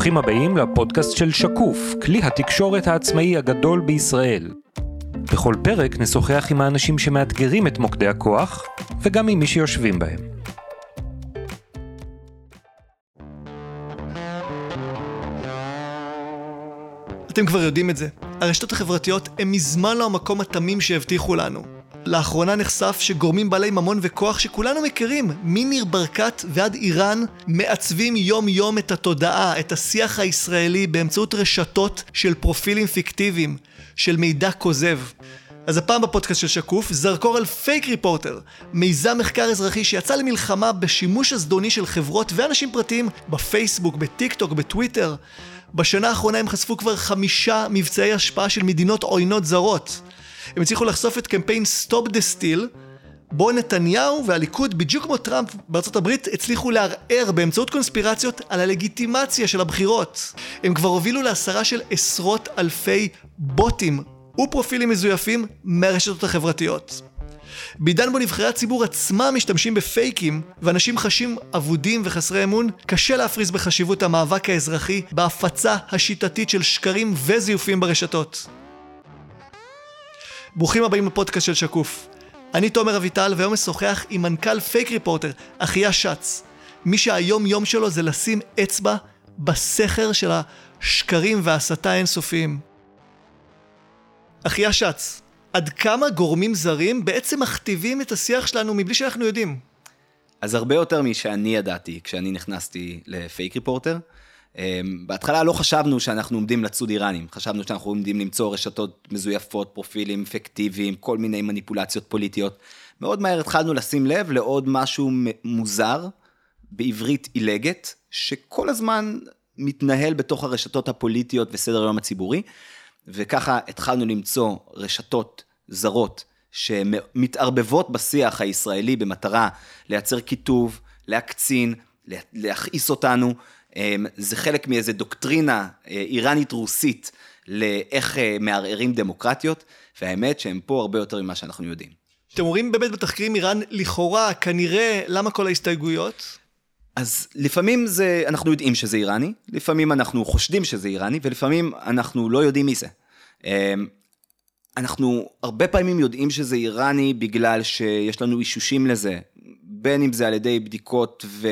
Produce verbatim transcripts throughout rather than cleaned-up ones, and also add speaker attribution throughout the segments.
Speaker 1: ברוכים הבאים לפודקאסט של שקוף, כלי התקשורת העצמאי הגדול בישראל. בכל פרק נשוחח עם האנשים שמאתגרים את מוקדי הכוח, וגם עם מי שיושבים בהם.
Speaker 2: אתם כבר יודעים את זה. הרשתות החברתיות הם מזמן לא המקום התמים שהבטיחו לנו. לאחרונה נחשף שגורמים בעלי ממון וכוח שכולנו מכירים, מניר ברקת ועד איראן, מעצבים יום יום את התודעה, את השיח הישראלי באמצעות רשתות של פרופילים פיקטיביים, של מידע כוזב. אז הפעם בפודקאסט של שקוף, זרקור על פייק ריפורטר, מיזם מחקר אזרחי שיצא למלחמה בשימוש הזדוני של חברות ואנשים פרטיים בפייסבוק, בטיק טוק, בטוויטר. בשנה האחרונה הם חשפו כבר חמישה מבצעי השפעה של מדינות עוינות זרות. הם הצליחו לחשוף את קמפיין Stop the Steal, בו נתניהו והליכוד, בדיוק כמו טראמפ בארצות הברית, הצליחו לערער באמצעות קונספירציות על הלגיטימציה של הבחירות. הם כבר הובילו להסרה של עשרות אלפי בוטים ופרופילים מזויפים מהרשתות החברתיות. בעידן בו נבחרי הציבור עצמם משתמשים בפייקים, ואנשים חשים אבודים וחסרי אמון, קשה להפריז בחשיבות המאבק האזרחי בהפצה השיטתית של שקרים וזיופים ברשתות. ברוכים הבאים לפודקאסט של שקוף. אני תומר אביטל, והיום משוחח עם מנכ"ל פייק ריפורטר, אחיה שץ. מי שהיום יום שלו זה לשים אצבע בסכר של השקרים וההסתה האינסופיים. אחיה שץ, עד כמה גורמים זרים בעצם מכתיבים את השיח שלנו מבלי שאנחנו יודעים?
Speaker 3: אז הרבה יותר משאני ידעתי כשאני נכנסתי לפייק ריפורטר. בהתחלה לא חשבנו שאנחנו עומדים לצוד איראנים, חשבנו שאנחנו עומדים למצוא רשתות מזויפות, פרופילים פיקטיביים, כל מיני מניפולציות פוליטיות. מאוד מהר התחלנו לשים לב לעוד משהו מוזר, בעברית עילגת, שכל הזמן מתנהל בתוך הרשתות הפוליטיות וסדר היום הציבורי, וככה התחלנו למצוא רשתות זרות שמתערבבות בשיח הישראלי במטרה לייצר כיתוב, להקצין, להכעיס אותנו. זה חלק מאיזו דוקטרינה איראנית רוסית לאיך מערערים דמוקרטיות, והאמת שהם פה הרבה יותר ממה שאנחנו יודעים.
Speaker 2: אתם אומרים באמת בתחקירים איראן לכאורה, כנראה, למה כל ההסתייגויות?
Speaker 3: אז לפעמים זה, אנחנו יודעים שזה איראני, לפעמים אנחנו חושדים שזה איראני, ולפעמים אנחנו לא יודעים מי זה. אנחנו הרבה פעמים יודעים שזה איראני בגלל שיש לנו אישושים לזה, בין אם זה על ידי בדיקות ו...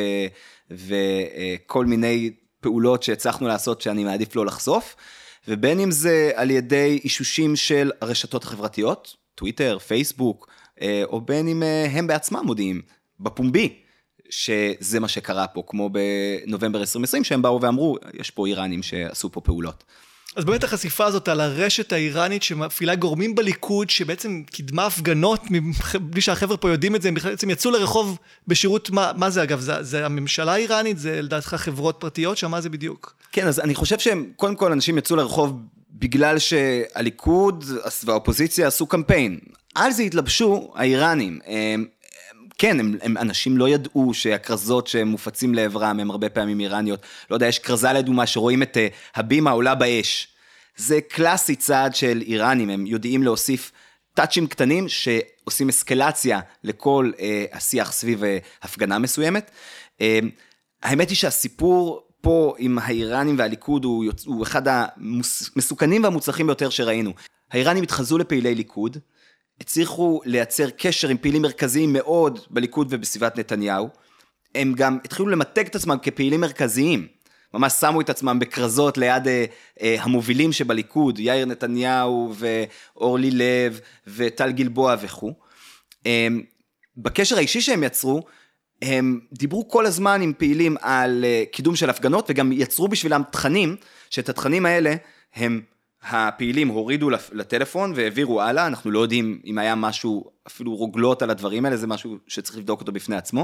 Speaker 3: וכל מיני פעולות שהצלחנו לעשות שאני מעדיף לא לחשוף, ובין אם זה על ידי אישושים של הרשתות החברתיות, טוויטר, פייסבוק, או בין אם הם בעצמם מודיעים בפומבי, שזה מה שקרה פה, כמו בנובמבר עשרים עשרים, שהם באו ואמרו, יש פה איראנים שעשו פה פעולות.
Speaker 2: אז באמת החשיפה הזאת על הרשת האיראנית שמפעילה גורמים בליכוד, שבעצם קידמה הפגנות, בלי שהחבר'ה פה יודעים את זה, הם בעצם יצאו לרחוב בשירות, מה, מה זה אגב? זה, זה הממשלה האיראנית? זה לדעתך חברות פרטיות? שמה זה בדיוק?
Speaker 3: כן, אז אני חושב שהם, קודם כל אנשים יצאו לרחוב בגלל שהליכוד והאופוזיציה עשו קמפיין. על זה התלבשו האיראנים. הם, כן, הם, הם אנשים לא ידעו שהקרזות שמופצים לעברם הם הרבה פעמים איראניות. לא יודע, יש קרזה לדומה שרואים את uh, הבימה עולה באש. זה קלאסי צעד של איראנים, הם יודעים להוסיף טאצ'ים קטנים שעושים אסקלציה לכל uh, השיח סביב uh, הפגנה מסוימת. Uh, האמת היא שהסיפור פה עם האיראנים והליכוד הוא, הוא אחד המסוכנים והמוצלחים ביותר שראינו. האיראנים התחזו לפעילי ליכוד, הצליחו לייצר קשר עם פעילים מרכזיים מאוד בליכוד ובסביבת נתניהו. הם גם התחילו למתג את עצמם כפעילים מרכזיים. ממש שמו את עצמם בקרזות ליד אה, אה, המובילים שבליכוד, יאיר נתניהו ואורלי לב וטל גלבוע וכו'. אה, בקשר האישי שהם יצרו, הם דיברו כל הזמן עם פעילים על אה, קידום של הפגנות, וגם יצרו בשבילם תכנים, שאת התכנים האלה הם... הפעילים הורידו לטלפון והעבירו הלאה, אנחנו לא יודעים אם היה משהו, אפילו רוגלות על הדברים האלה, זה משהו שצריך לבדוק אותו בפני עצמו,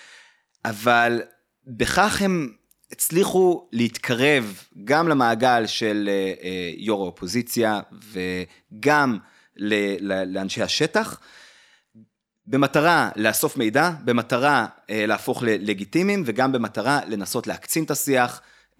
Speaker 3: אבל בכך הם הצליחו להתקרב גם למעגל של יו"ר האופוזיציה, וגם לאנשי השטח, במטרה לאסוף מידע, במטרה להפוך ללגיטימיים, וגם במטרה לנסות להקצין את השיח,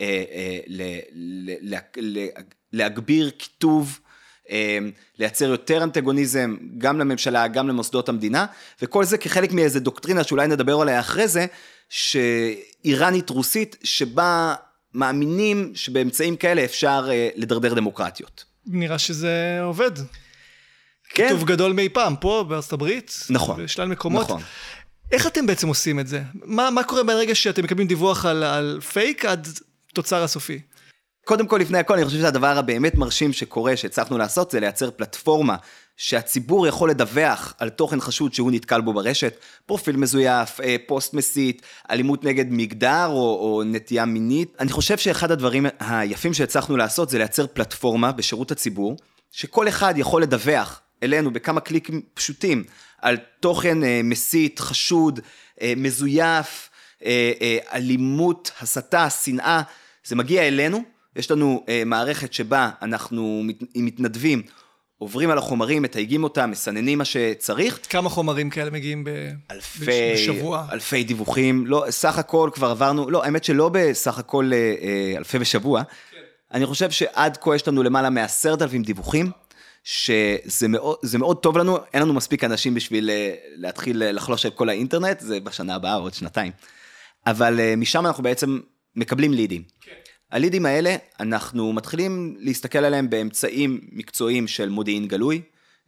Speaker 3: להגביר כיתוב, לייצר יותר אנטגוניזם גם לממשלה, גם למוסדות המדינה, וכל זה כחלק מאיזו דוקטרינה שאולי נדבר עליה אחרי זה, שאיראנית רוסית, שבה מאמינים שבאמצעים כאלה אפשר לדרדר דמוקרטיות.
Speaker 2: נראה שזה עובד.
Speaker 3: כן.
Speaker 2: כיתוב גדול מאי פעם, פה בארצות הברית.
Speaker 3: נכון.
Speaker 2: בשלל מקומות.
Speaker 3: נכון.
Speaker 2: איך אתם בעצם עושים את זה? מה, מה קורה ברגע שאתם מקבלים דיווח על, על פייק עד תוצר הסופי?
Speaker 3: קודם כל, לפני הכל, אני חושב שהדבר הבאמת מרשים שקורה, שהצלחנו לעשות, זה לייצר פלטפורמה שהציבור יכול לדווח על תוכן חשוד שהוא נתקל בו ברשת, פרופיל מזויף, פוסט מסית, אלימות נגד מגדר או, או נטייה מינית. אני חושב שאחד הדברים היפים שהצלחנו לעשות זה לייצר פלטפורמה בשירות הציבור, שכל אחד יכול לדווח אלינו בכמה קליקים פשוטים על תוכן מסית, חשוד, מזויף, אלימות, הסתה, שנאה. זה מגיע אלינו, יש לנו מערכת שבה אנחנו מתנדבים, עוברים על החומרים, מתייגים אותם, מסננים מה שצריך.
Speaker 2: כמה חומרים כאלה מגיעים ב...
Speaker 3: אלפי,
Speaker 2: בשבוע?
Speaker 3: אלפי דיווחים, לא, סך הכל כבר עברנו, לא, האמת שלא בסך הכל אלפי בשבוע. כן. אני חושב שעד כה יש לנו למעלה מעשרת אלפים דיווחים, שזה מאוד, זה מאוד טוב לנו, אין לנו מספיק אנשים בשביל להתחיל לחלוש על כל האינטרנט, זה בשנה הבאה, עוד שנתיים. אבל משם אנחנו בעצם מקבלים לידים. כן. הלידים האלה, אנחנו מתחילים להסתכל עליהם באמצעים מקצועיים של מודיעין גלוי,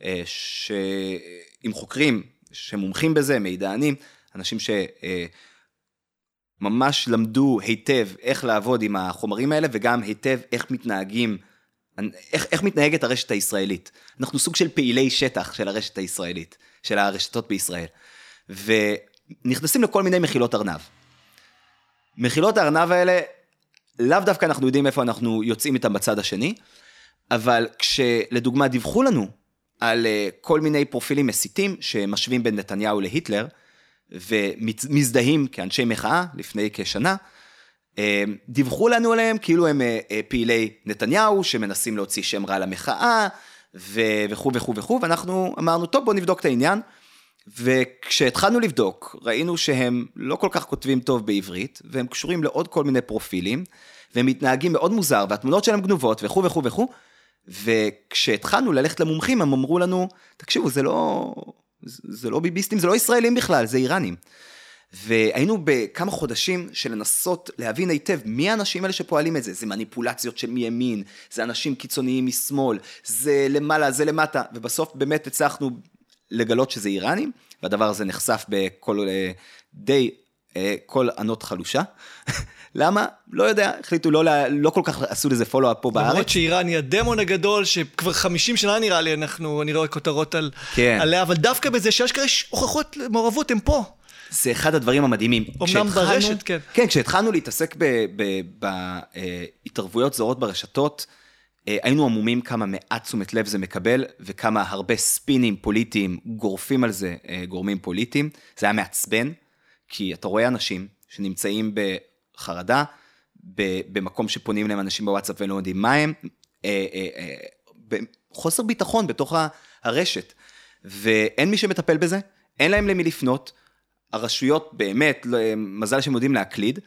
Speaker 3: עם חוקרים שמומחים בזה, מידענים, אנשים שממש למדו היטב איך לעבוד עם החומרים האלה, וגם היטב איך מתנהגים, איך, איך מתנהגת הרשת הישראלית. אנחנו סוג של פעילי שטח של הרשת הישראלית, של הרשתות בישראל, ונכנסים לכל מיני מחילות ארנב. מחילות הארנב האלה, לאו דווקא אנחנו יודעים איפה אנחנו יוצאים איתם בצד השני, אבל כשלדוגמה דיווחו לנו על כל מיני פרופילים מסיתים שמשווים בין נתניהו להיטלר, ומזדהים כאנשי מחאה לפני כשנה, דיווחו לנו עליהם כאילו הם פעילי נתניהו שמנסים להוציא שם רע למחאה, וכו' וכו' וכו', ואנחנו אמרנו, טוב, בוא נבדוק את העניין, וכשהתחלנו לבדוק, ראינו שהם לא כל כך כותבים טוב בעברית, והם קשורים לעוד כל מיני פרופילים, והם מתנהגים מאוד מוזר, והתמונות שלהם גנובות, וכו' וכו' וכו', וכשהתחלנו ללכת למומחים, הם אמרו לנו, תקשיבו, זה לא, זה לא ביביסטים, זה לא ישראלים בכלל, זה איראנים. והיינו בכמה חודשים של לנסות להבין היטב מי האנשים האלה שפועלים את זה, זה מניפולציות של מימין, זה אנשים קיצוניים משמאל, זה למעלה, זה למטה, ובסוף באמת הצלחנו לגלות שזה איראנים, והדבר הזה נחשף בכל די, כל ענות חלושה. למה? לא יודע, החליטו לא, לא כל כך עשו לזה פולו-אפ פה בארץ.
Speaker 2: למרות שאיראן היא הדמון הגדול, שכבר חמישים שנה נראה לי, אנחנו, אני רואה כותרות על,
Speaker 3: כן.
Speaker 2: עליה, אבל דווקא בזה שאשכרה יש הוכחות מעורבות, הם פה.
Speaker 3: זה אחד הדברים המדהימים.
Speaker 2: אומנם ברשת, כן.
Speaker 3: כן, כשהתחלנו להתעסק בהתערבויות זרות ברשתות, היינו עמומים כמה מעט תשומת לב זה מקבל, וכמה הרבה ספינים פוליטיים גורפים על זה גורמים פוליטיים. זה היה מעצבן, כי אתה רואה אנשים שנמצאים בחרדה, במקום שפונים להם אנשים בוואטסאפ ולא יודעים מה הם, חוסר ביטחון בתוך הרשת, ואין מי שמטפל בזה, אין להם למי לפנות, הרשויות באמת, מזל שהם יודעים להקליד,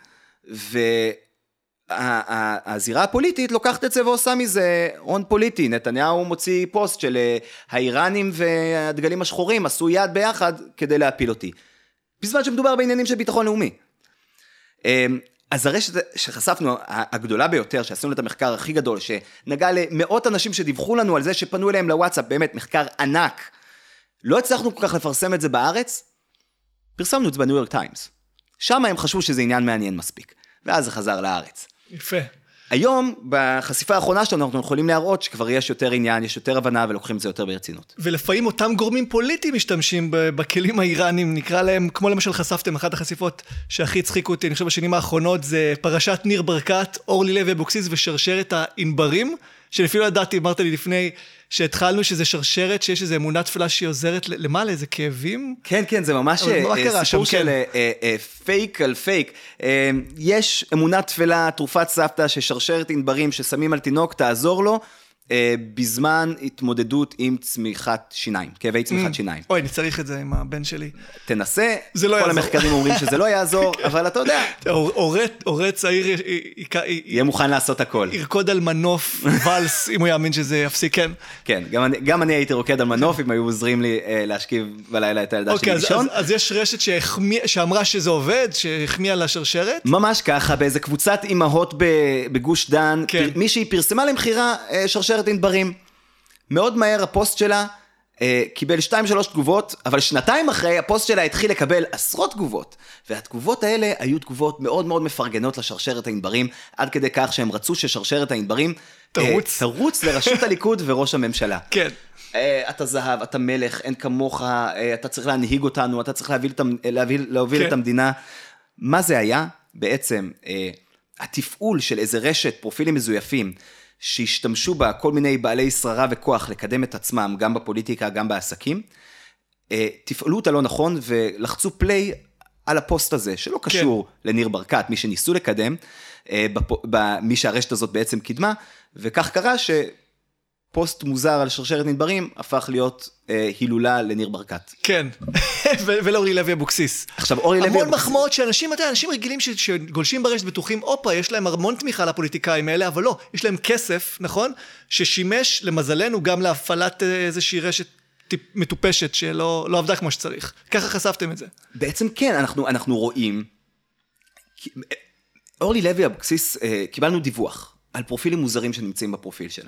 Speaker 3: והזירה הפוליטית לוקחת את זה ועושה מזה הון פוליטי. נתניהו מוציא פוסט של האיראנים והדגלים השחורים עשו יד ביחד כדי להפיל אותי. בזמן שמדובר בעניינים של ביטחון לאומי. אז הרשת שחשפנו, הגדולה ביותר, שעשינו את המחקר הכי גדול, שנגע למאות אנשים שדיווחו לנו על זה, שפנו אליהם לוואטסאפ, באמת מחקר ענק, לא הצלחנו כל כך לפרסם את זה בארץ, פרסמנו את זה בניו יורק טיימס. שם הם חשבו שזה עניין מעניין מספיק, ואז זה חזר לארץ.
Speaker 2: יפה.
Speaker 3: היום, בחשיפה האחרונה שלנו, אנחנו יכולים להראות שכבר יש יותר עניין, יש יותר הבנה, ולוקחים את זה יותר ברצינות.
Speaker 2: ולפעמים אותם גורמים פוליטיים משתמשים בכלים האיראנים, נקרא להם, כמו למשל חשפתם, אחת החשיפות שהכי הצחיקו אותי, אני חושב בשנים האחרונות, זה פרשת ניר ברקת, אורלי לוי אבוקסיס ושרשרת הענברים, שלפעמים לדעתי, אמרת לי לפני שהתחלנו שזה שרשרת, שיש איזו אמונה תפלה שהיא עוזרת למה, לאיזה כאבים?
Speaker 3: כן, כן, זה ממש סיפור של פייק על פייק. יש אמונה תפלה, תרופת סבתא, ששרשרת ענברים ששמים על תינוק, תעזור לו, בזמן התמודדות עם צמיחת שיניים, כאבי צמיחת שיניים.
Speaker 2: אוי, אני צריך את זה עם הבן שלי.
Speaker 3: תנסה,
Speaker 2: זה לא
Speaker 3: כל
Speaker 2: יעזור.
Speaker 3: המחקרים אומרים שזה לא יעזור, אבל אתה יודע.
Speaker 2: הורה צעיר
Speaker 3: יהיה מוכן לעשות הכל.
Speaker 2: ירקוד על מנוף ולס, אם הוא יאמין שזה יפסיק, כן.
Speaker 3: כן, גם אני, גם אני הייתי רוקד על מנוף, אם היו עוזרים לי אה, להשכיב בלילה את הילדה שלי לישון.
Speaker 2: אז, אז יש רשת שהחמיא, שאמרה שזה עובד, שהחמיאה לשרשרת?
Speaker 3: ממש ככה, באיזה קבוצת אימהות בגוש דן,
Speaker 2: כן.
Speaker 3: פר, מישהי פרסמה למחירה אה, שרשרת ענברים. מאוד מהר הפוסט שלה אה, קיבל שתיים שלוש תגובות, אבל שנתיים אחרי הפוסט שלה התחיל לקבל עשרות תגובות, והתגובות האלה היו תגובות מאוד מאוד מפרגנות לשרשרת הענברים, עד כדי כך שהם רצו ששרשרת הענברים
Speaker 2: תרוץ,
Speaker 3: אה, תרוץ לראשות הליכוד וראש הממשלה.
Speaker 2: כן.
Speaker 3: אתה זהב, אתה מלך, אין כמוך, אתה צריך להנהיג אותנו, אתה צריך להוביל, להוביל, להוביל
Speaker 2: כן.
Speaker 3: את המדינה. מה זה היה? בעצם, התפעול של איזה רשת פרופילים מזויפים, שהשתמשו בה כל מיני בעלי שררה וכוח לקדם את עצמם, גם בפוליטיקה, גם בעסקים, תפעלו אותה לא נכון, ולחצו פליי על הפוסט הזה, שלא קשור כן. לניר ברקת, מי שניסו לקדם, מי שהרשת הזאת בעצם קדמה, וכך קרה ש... פוסט מוזר על שרשרת נדברים, הפך להיות אה, הילולה לניר ברקת.
Speaker 2: כן, ולאורי לוי אבוקסיס.
Speaker 3: עכשיו, אורי לוי
Speaker 2: המון
Speaker 3: אבוקסיס...
Speaker 2: מחמאות שאנשים, אתה יודע, אנשים רגילים ש, שגולשים ברשת בטוחים, אופה, יש להם המון תמיכה לפוליטיקאים האלה, אבל לא, יש להם כסף, נכון? ששימש, למזלנו, גם להפעלת איזושהי רשת טיפ, מטופשת, שלא לא עבדה כמו שצריך. ככה חשפתם את זה.
Speaker 3: בעצם כן, אנחנו, אנחנו רואים... אורי לוי אבוקסיס, אה, קיבלנו דיווח על פרופילים מוזרים שנמצאים בפרופיל שלה.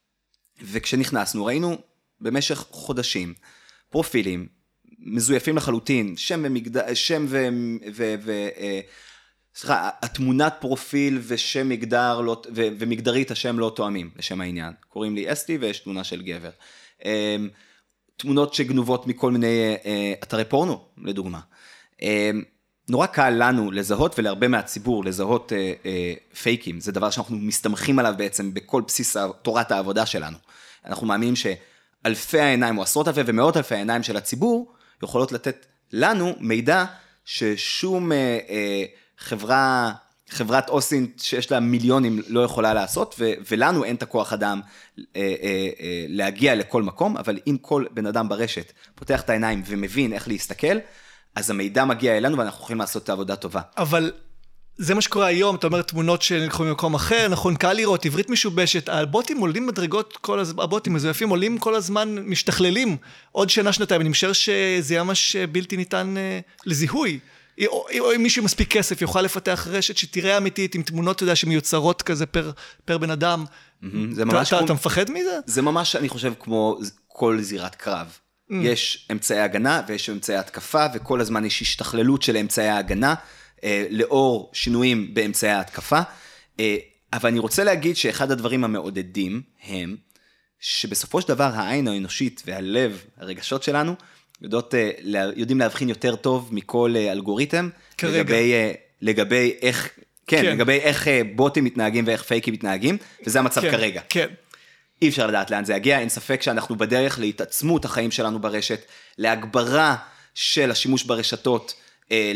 Speaker 3: וכשנכנסנו, ראינו במשך חודשים פרופילים מזויפים לחלוטין, שם ומגדר, שם ו... ו, ו אה, סליחה, התמונת פרופיל ושם מגדר לא, ו, ומגדרית השם לא תואמים לשם העניין. קוראים לי אסתי ויש תמונה של גבר. אה, תמונות שגנובות מכל מיני אה, אתרי פורנו, לדוגמה. אה, נורא קל לנו לזהות ולהרבה מהציבור לזהות אה, אה, פייקים, זה דבר שאנחנו מסתמכים עליו בעצם בכל בסיס תורת העבודה שלנו. אנחנו מאמינים שאלפי העיניים או עשרות אלפי ומאות אלפי העיניים של הציבור יכולות לתת לנו מידע ששום אה, אה, חברה, חברת אוסינט שיש לה מיליונים לא יכולה לעשות, ו- ולנו אין את הכוח אדם אה, אה, אה, להגיע לכל מקום, אבל אם כל בן אדם ברשת פותח את העיניים ומבין איך להסתכל, אז המידע מגיע אלינו ואנחנו יכולים לעשות את העבודה טובה.
Speaker 2: אבל זה מה שקורה היום, אתה אומר תמונות שנלכו ממקום אחר, נכון, קל לראות, עברית משובשת, הבוטים עולים מדרגות, כל הז... הבוטים מזויפים עולים כל הזמן, משתכללים, עוד שנה, שנתיים, אני משער שזה ממש בלתי ניתן אה, לזיהוי, או, או אם מישהו מספיק כסף יוכל לפתח רשת שתראה אמיתית, עם תמונות, אתה יודע, שמיוצרות כזה פר, פר בן אדם,
Speaker 3: Mm-hmm. זה ממש
Speaker 2: אתה,
Speaker 3: כמו...
Speaker 2: אתה מפחד מזה?
Speaker 3: זה ממש, אני חושב, כמו כל זירת קרב. Mm. יש אמצעי הגנה ויש אמצעי התקפה, וכל הזמן יש השתכללות של אמצעי ההגנה, אה, לאור שינויים באמצעי ההתקפה. אה, אבל אני רוצה להגיד שאחד הדברים המעודדים הם, שבסופו של דבר העין האנושית והלב, הרגשות שלנו, יודעות, אה, יודעים להבחין יותר טוב מכל אה, אלגוריתם,
Speaker 2: כרגע.
Speaker 3: לגבי, אה, לגבי איך... כן, כן, לגבי איך בוטים מתנהגים ואיך פייקים מתנהגים, וזה המצב
Speaker 2: כן,
Speaker 3: כרגע.
Speaker 2: כן.
Speaker 3: אי אפשר לדעת לאן זה יגיע, אין ספק שאנחנו בדרך להתעצמות החיים שלנו ברשת, להגברה של השימוש ברשתות, אה,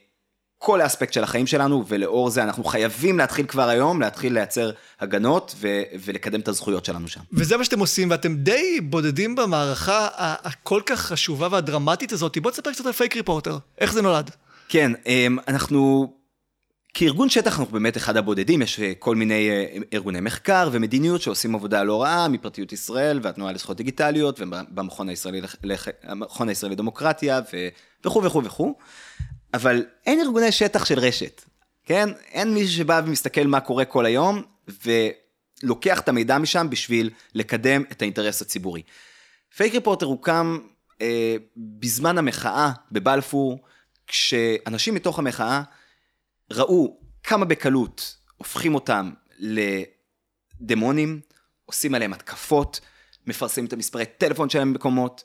Speaker 3: לכל האספקט של החיים שלנו, ולאור זה אנחנו חייבים להתחיל כבר היום, להתחיל לייצר הגנות ו- ולקדם את הזכויות שלנו שם.
Speaker 2: וזה מה שאתם עושים, ואתם די בודדים במערכה הכל כך חשובה והדרמטית הזאת. בוא תספר קצת על פייק ריפורטר, איך זה נולד?
Speaker 3: כן, אנחנו... כארגון שטח אנחנו באמת אחד הבודדים, יש כל מיני ארגוני מחקר ומדיניות שעושים עבודה לא רעה, מפרטיות ישראל והתנועה לזכויות דיגיטליות, ובמכון הישראלי, המכון הישראלי לדמוקרטיה וכו' וכו' וכו', אבל אין ארגוני שטח של רשת, כן? אין מישהו שבא ומסתכל מה קורה כל היום, ולוקח את המידע משם בשביל לקדם את האינטרס הציבורי. פייק ריפורטר הוקם אה, בזמן המחאה בבלפור, כשאנשים מתוך המחאה, ראו כמה בקלות הופכים אותם לדמונים, עושים עליהם התקפות, מפרסמים את המספרי טלפון שלהם במקומות,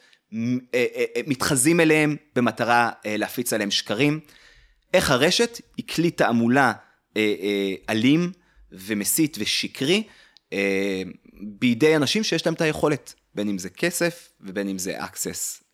Speaker 3: מתחזים אליהם במטרה להפיץ עליהם שקרים. איך הרשת היא כלי תעמולה אלים ומסית ושקרי, בידי אנשים שיש להם את היכולת, בין אם זה כסף ובין אם זה access.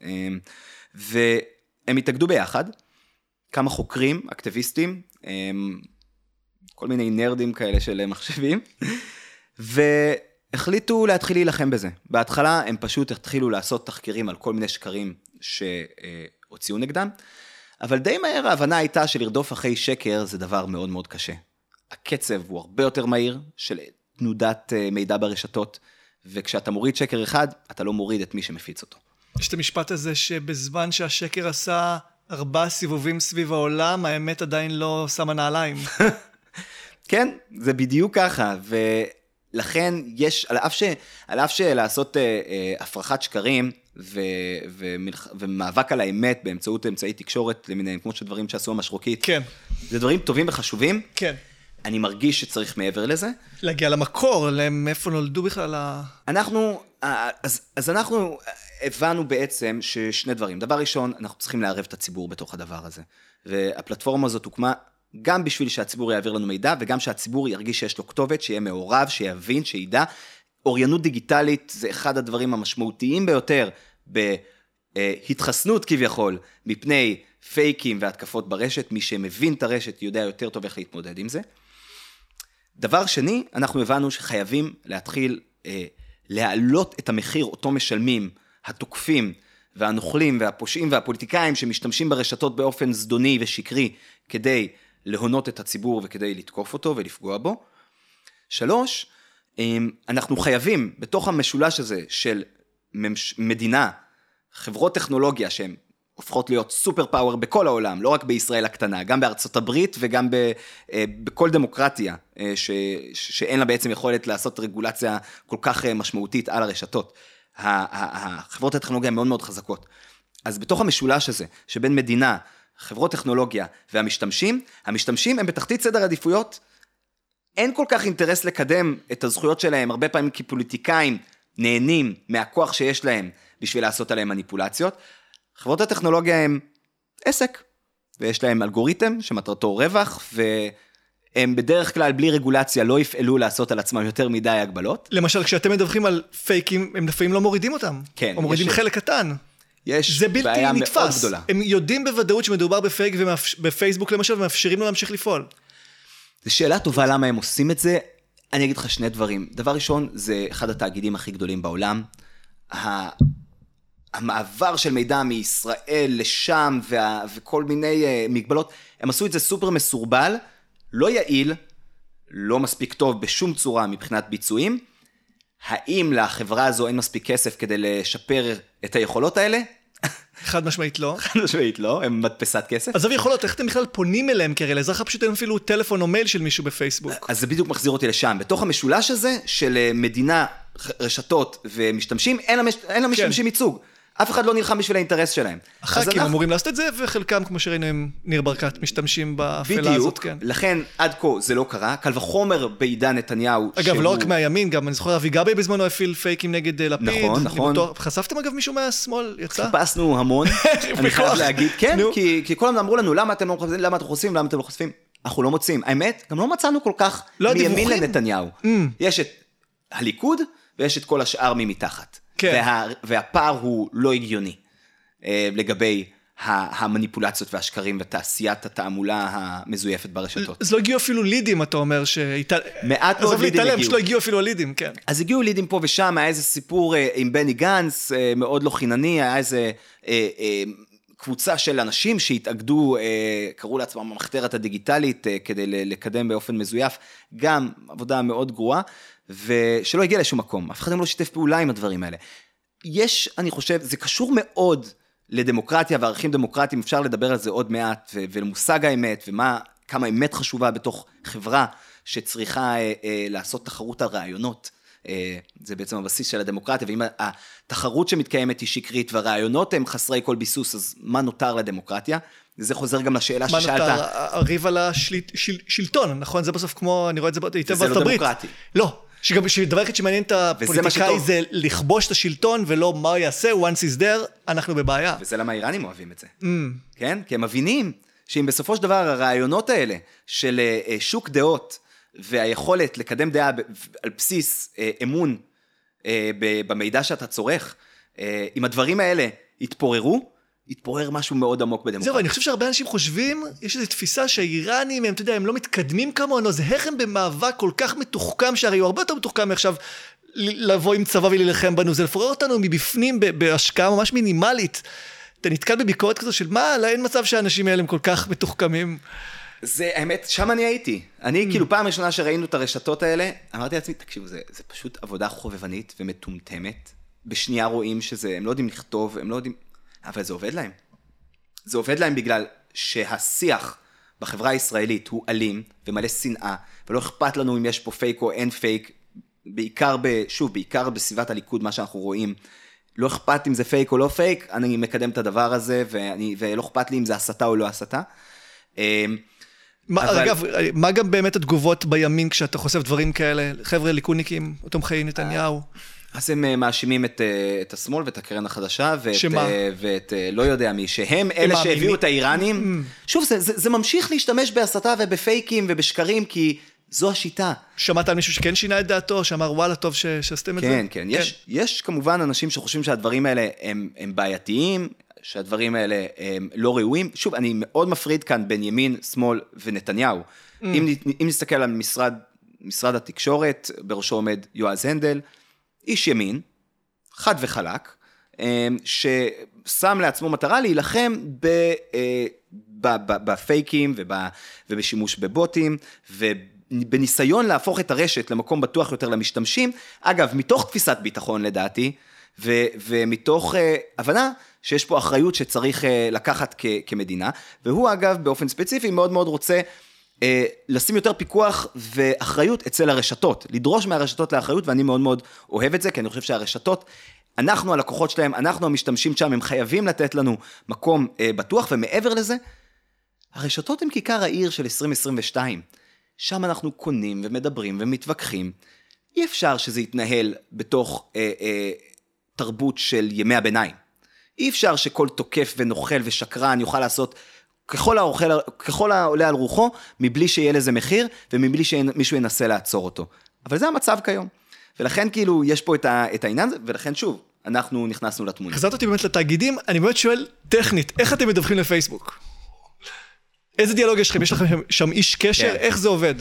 Speaker 3: והם התאגדו ביחד, כמה חוקרים, אקטיביסטים, כל מיני נרדים כאלה של מחשבים, החליטו להתחיל להילחם בזה. בהתחלה הם פשוט התחילו לעשות תחקירים על כל מיני שקרים שהוציאו נגדם, אבל די מהר ההבנה הייתה שלרדוף אחרי שקר זה דבר מאוד מאוד קשה. הקצב הוא הרבה יותר מהיר של תנודת מידע ברשתות, וכשאתה מוריד שקר אחד, אתה לא מוריד את מי שמפיץ אותו.
Speaker 2: יש את המשפט הזה שבזמן שהשקר עשה ארבעה סיבובים סביב העולם, האמת עדיין לא שמה נעליים.
Speaker 3: כן, זה בדיוק ככה, ולכן יש, על אף, ש, על אף שלעשות אה, אה, הפרחת שקרים, ו, ומלח, ומאבק על האמת באמצעות אמצעי תקשורת למיניהם, כמו שדברים שעשו המשרוקית,
Speaker 2: כן.
Speaker 3: זה דברים טובים וחשובים.
Speaker 2: כן.
Speaker 3: אני מרגיש שצריך מעבר לזה.
Speaker 2: להגיע למקור, מאיפה נולדו בכלל ה...
Speaker 3: אנחנו, אז, אז אנחנו הבנו בעצם ששני דברים. דבר ראשון, אנחנו צריכים לערב את הציבור בתוך הדבר הזה. והפלטפורמה הזאת הוקמה גם בשביל שהציבור יעביר לנו מידע, וגם שהציבור ירגיש שיש לו כתובת, שיהיה מעורב, שיבין, שידע. אוריינות דיגיטלית זה אחד הדברים המשמעותיים ביותר בהתחסנות כביכול, מפני פייקים והתקפות ברשת. מי שמבין את הרשת יודע יותר טוב איך להתמודד עם זה. דבר שני, אנחנו הבנו שחייבים להתחיל אה, להעלות את המחיר אותו משלמים, התוקפים והנוכלים והפושעים והפוליטיקאים שמשתמשים ברשתות באופן זדוני ושקרי כדי להונות את הציבור וכדי לתקוף אותו ולפגוע בו. שלוש, אה, אנחנו חייבים בתוך המשולש הזה של ממש, מדינה, חברות טכנולוגיה שהן הופכות להיות סופר פאוור בכל העולם, לא רק בישראל הקטנה, גם בארצות הברית וגם ב, בכל דמוקרטיה, ש, שאין לה בעצם יכולת לעשות רגולציה כל כך משמעותית על הרשתות. החברות הטכנולוגיה הן מאוד מאוד חזקות. אז בתוך המשולש הזה, שבין מדינה, חברות טכנולוגיה והמשתמשים, המשתמשים הם בתחתית סדר עדיפויות, אין כל כך אינטרס לקדם את הזכויות שלהם, הרבה פעמים כפוליטיקאים נהנים מהכוח שיש להם בשביל לעשות עליהם מניפולציות. חברות הטכנולוגיה הם עסק, ויש להם אלגוריתם שמטרתו רווח, והם בדרך כלל בלי רגולציה לא יפעלו לעשות על עצמם יותר מדי הגבלות.
Speaker 2: למשל, כשאתם מדווחים על פייקים, הם לפעמים לא מורידים אותם.
Speaker 3: כן.
Speaker 2: או מורידים
Speaker 3: יש,
Speaker 2: חלק קטן.
Speaker 3: יש
Speaker 2: זה בלתי
Speaker 3: בעיה
Speaker 2: נתפס.
Speaker 3: מאוד גדולה.
Speaker 2: הם יודעים בוודאות שמדובר בפייק בפייסבוק למשל, ומאפשרים לו להמשיך לפעול.
Speaker 3: זו שאלה טובה למה הם עושים את זה. אני אגיד לך שני דברים. דבר ראשון, זה אחד התאגידים הכי גדולים בעולם. ה... המעבר של מידע מישראל לשם וה, וכל מיני uh, מגבלות, הם עשו את זה סופר מסורבל, לא יעיל, לא מספיק טוב בשום צורה מבחינת ביצועים. האם לחברה הזו אין מספיק כסף כדי לשפר את היכולות האלה?
Speaker 2: חד משמעית לא.
Speaker 3: חד משמעית לא, הם מדפסת כסף.
Speaker 2: אז זה יכולות, איך אתם בכלל פונים אליהם כרי? לאזרח פשוט אין אפילו טלפון או מייל של מישהו בפייסבוק.
Speaker 3: אז זה בדיוק מחזיר אותי לשם. בתוך המשולש הזה של מדינה, רשתות ומשתמשים, אין למשתמשים ייצוג. אף אחד לא נלחם בשביל האינטרס שלהם.
Speaker 2: הח"כים אמורים לעשות את זה, וחלקם, כמו שראינו, הם ניר ברקת, משתמשים באפלה הזאת, כן.
Speaker 3: בדיוק, לכן עד כה זה לא קרה, קל וחומר בעידן נתניהו.
Speaker 2: אגב, לא רק מהימין, גם אני זוכר, אבי גבי בזמנו הפעיל פייקים נגד לפיד.
Speaker 3: נכון, נכון.
Speaker 2: חשפתם אגב מישהו מהשמאל, יצא?
Speaker 3: חיפשנו המון, אני חייב להגיד, כן, כי כל הזמן אמרו לנו, למה אתם לא חושפים, למה אתם חושפים, למה אתם לא חושפים? אנחנו לא מוצאים. האמת, גם לא מצאנו כל כך מימין לנתניהו. יש את הליכוד, ויש את כל השאר ממתחת. וה, והפער הוא לא הגיוני לגבי המניפולציות והשקרים ותעשיית התעמולה המזויפת ברשתות.
Speaker 2: אז לא הגיעו אפילו לידים, אתה אומר,
Speaker 3: מעט מאוד לידים הגיעו.
Speaker 2: שלא הגיעו אפילו לידים, כן.
Speaker 3: אז הגיעו לידים פה ושם, היה איזה סיפור עם בני גנץ, מאוד לא חינני, היה איזה קבוצה של אנשים שהתאגדו, קראו לעצמם המחתרת הדיגיטלית, כדי לקדם באופן מזויף, גם עבודה מאוד גרועה, ושלא הגיע לשום מקום, אף אחד לא שיתף פעולה עם הדברים האלה. יש, אני חושב, זה קשור מאוד לדמוקרטיה וערכים דמוקרטיים, אפשר לדבר על זה עוד מעט, ו- ולמושג האמת, ומה, כמה אמת חשובה בתוך חברה שצריכה אה, אה, לעשות תחרות על רעיונות. אה, זה בעצם הבסיס של הדמוקרטיה, ואם התחרות שמתקיימת היא שקרית, והרעיונות הם חסרי כל ביסוס, אז מה נותר לדמוקרטיה? וזה חוזר גם לשאלה ששאלת.
Speaker 2: מה נותר? הריב על השלטון, נכון? זה בסוף כמו, אני רואה את זה היטב
Speaker 3: בארצות הברית. זה לא דמוקרטי.
Speaker 2: לא. שגם שדבר אחד שמעניין את הפוליטיקאי זה לכבוש את השלטון ולא מה הוא יעשה, once is there, אנחנו בבעיה.
Speaker 3: וזה למה האיראנים אוהבים את זה. כן? כי הם מבינים שאם בסופו של דבר הרעיונות האלה של שוק דעות והיכולת לקדם דעה על בסיס אמון במידע שאתה צורך, אם הדברים האלה יתפוררו, יתפורר משהו מאוד עמוק בדמוקרטיה.
Speaker 2: זהו, אני חושב שהרבה אנשים חושבים, יש איזו תפיסה שהאיראנים, הם, אתה יודע, הם לא מתקדמים כמונו, אז איך הם במאבק כל כך מתוחכם, שהרי הוא הרבה יותר מתוחכם עכשיו לבוא עם צבא ולהילחם בנו, זה לפורר אותנו מבפנים בהשקעה ממש מינימלית. אתה נתקל בביקורת כזו של מה, לא, אין מצב שהאנשים האלה הם כל כך מתוחכמים.
Speaker 3: זה, האמת, שם אני הייתי. אני, כאילו, פעם ראשונה שראינו את הרשתות האלה, אמרתי לעצמי, תקשיבו, זה, זה פשוט עבודה חובבנית ומטומטמת. בשנייה רואים שזה, הם לא יודעים לכתוב, הם לא יודעים, אבל זה עובד להם. זה עובד להם בגלל שהשיח בחברה הישראלית הוא אלים ומלא שנאה, ולא אכפת לנו אם יש פה פייק או אין פייק, בעיקר ב, שוב, בעיקר בסביבת הליכוד, מה שאנחנו רואים, לא אכפת אם זה פייק או לא פייק, אני מקדם את הדבר הזה, ואני, ולא אכפת לי אם זה הסתה או לא הסתה.
Speaker 2: מה, אבל... אגב, מה גם באמת התגובות בימין כשאתה חושף דברים כאלה? חבר'ה ליכודניקים, תומכי נתניהו.
Speaker 3: אז הם מאשימים את, את השמאל ואת הקרן החדשה, ואת, ואת לא יודע מי, שהם אלה שהביאו את האיראנים. שוב, זה, זה, זה ממשיך להשתמש בהסתה ובפייקים ובשקרים, כי זו השיטה. שמעת על מישהו שכן שינה את דעתו, שאמר וואלה טוב שעשיתם את זה? כן, כן. יש, יש כמובן אנשים שחושבים שהדברים האלה הם, הם בעייתיים, שהדברים האלה הם לא ראויים. שוב, אני מאוד מפריד כאן בין ימין, שמאל ונתניהו. אם, אם נסתכל על משרד, משרד התקשורת, בראשו עומד יועז הנדל, איש ימין, חד וחלק, ששם לעצמו מטרה להילחם בפייקים ובשימוש בבוטים, ובניסיון להפוך את הרשת למקום בטוח יותר למשתמשים, אגב, מתוך תפיסת ביטחון לדעתי, ומתוך הבנה שיש פה אחריות שצריך לקחת כמדינה, והוא אגב באופן ספציפי מאוד מאוד רוצה לשים יותר פיקוח ואחריות אצל הרשתות, לדרוש מהרשתות לאחריות, ואני מאוד מאוד אוהב את זה, כי אני חושב שהרשתות, אנחנו הלקוחות שלהם, אנחנו המשתמשים שם, הם חייבים לתת לנו מקום בטוח, ומעבר לזה, הרשתות הם כיכר העיר של עשרים עשרים ושתיים, שם אנחנו קונים ומדברים ומתווכחים, אי אפשר שזה יתנהל בתוך אה, אה, תרבות של ימי הביניים, אי אפשר שכל תוקף ונוכל ושקרן יוכל לעשות ככל האוכל, ככל העולה על רוחו, מבלי שיהיה לזה מחיר, ומבלי שמישהו ינסה לעצור אותו. אבל זה המצב כיום. ולכן כאילו יש פה את, ה, את העניין הזה, ולכן שוב, אנחנו נכנסנו לתמונה.
Speaker 2: חזרת אותי באמת לתאגידים, אני באמת שואל טכנית, איך אתם מדווחים לפייסבוק? איזה דיאלוג יש לכם? יש לכם שם איש קשר? איך זה עובד?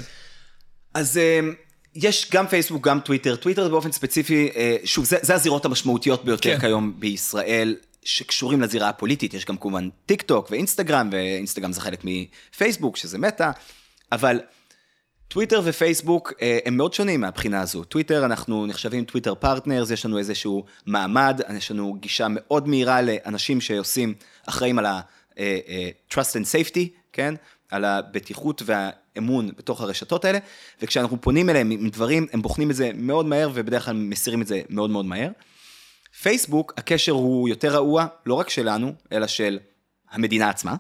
Speaker 3: אז יש גם פייסבוק, גם טוויטר. טוויטר באופן ספציפי, שוב, זה, זה הזירות המשמעותיות ביותר כן. כיום בישראל, שקשורים לזירה הפוליטית, יש גם כמובן טיק טוק ואינסטגרם, ואינסטגרם זה חלק מפייסבוק, שזה מטה, אבל טוויטר ופייסבוק הם מאוד שונים מהבחינה הזו. טוויטר, אנחנו נחשבים טוויטר פרטנרס, יש לנו איזשהו מעמד, יש לנו גישה מאוד מהירה לאנשים שעושים, אחראים על ה-trust and safety, כן? על הבטיחות והאמון בתוך הרשתות האלה, וכשאנחנו פונים אליהם עם דברים, הם בוחנים את זה מאוד מהר, ובדרך כלל מסירים את זה מאוד מאוד מהר. פייסבוק, הקשר הוא יותר רעוע, לא רק שלנו, אלא של המדינה עצמה.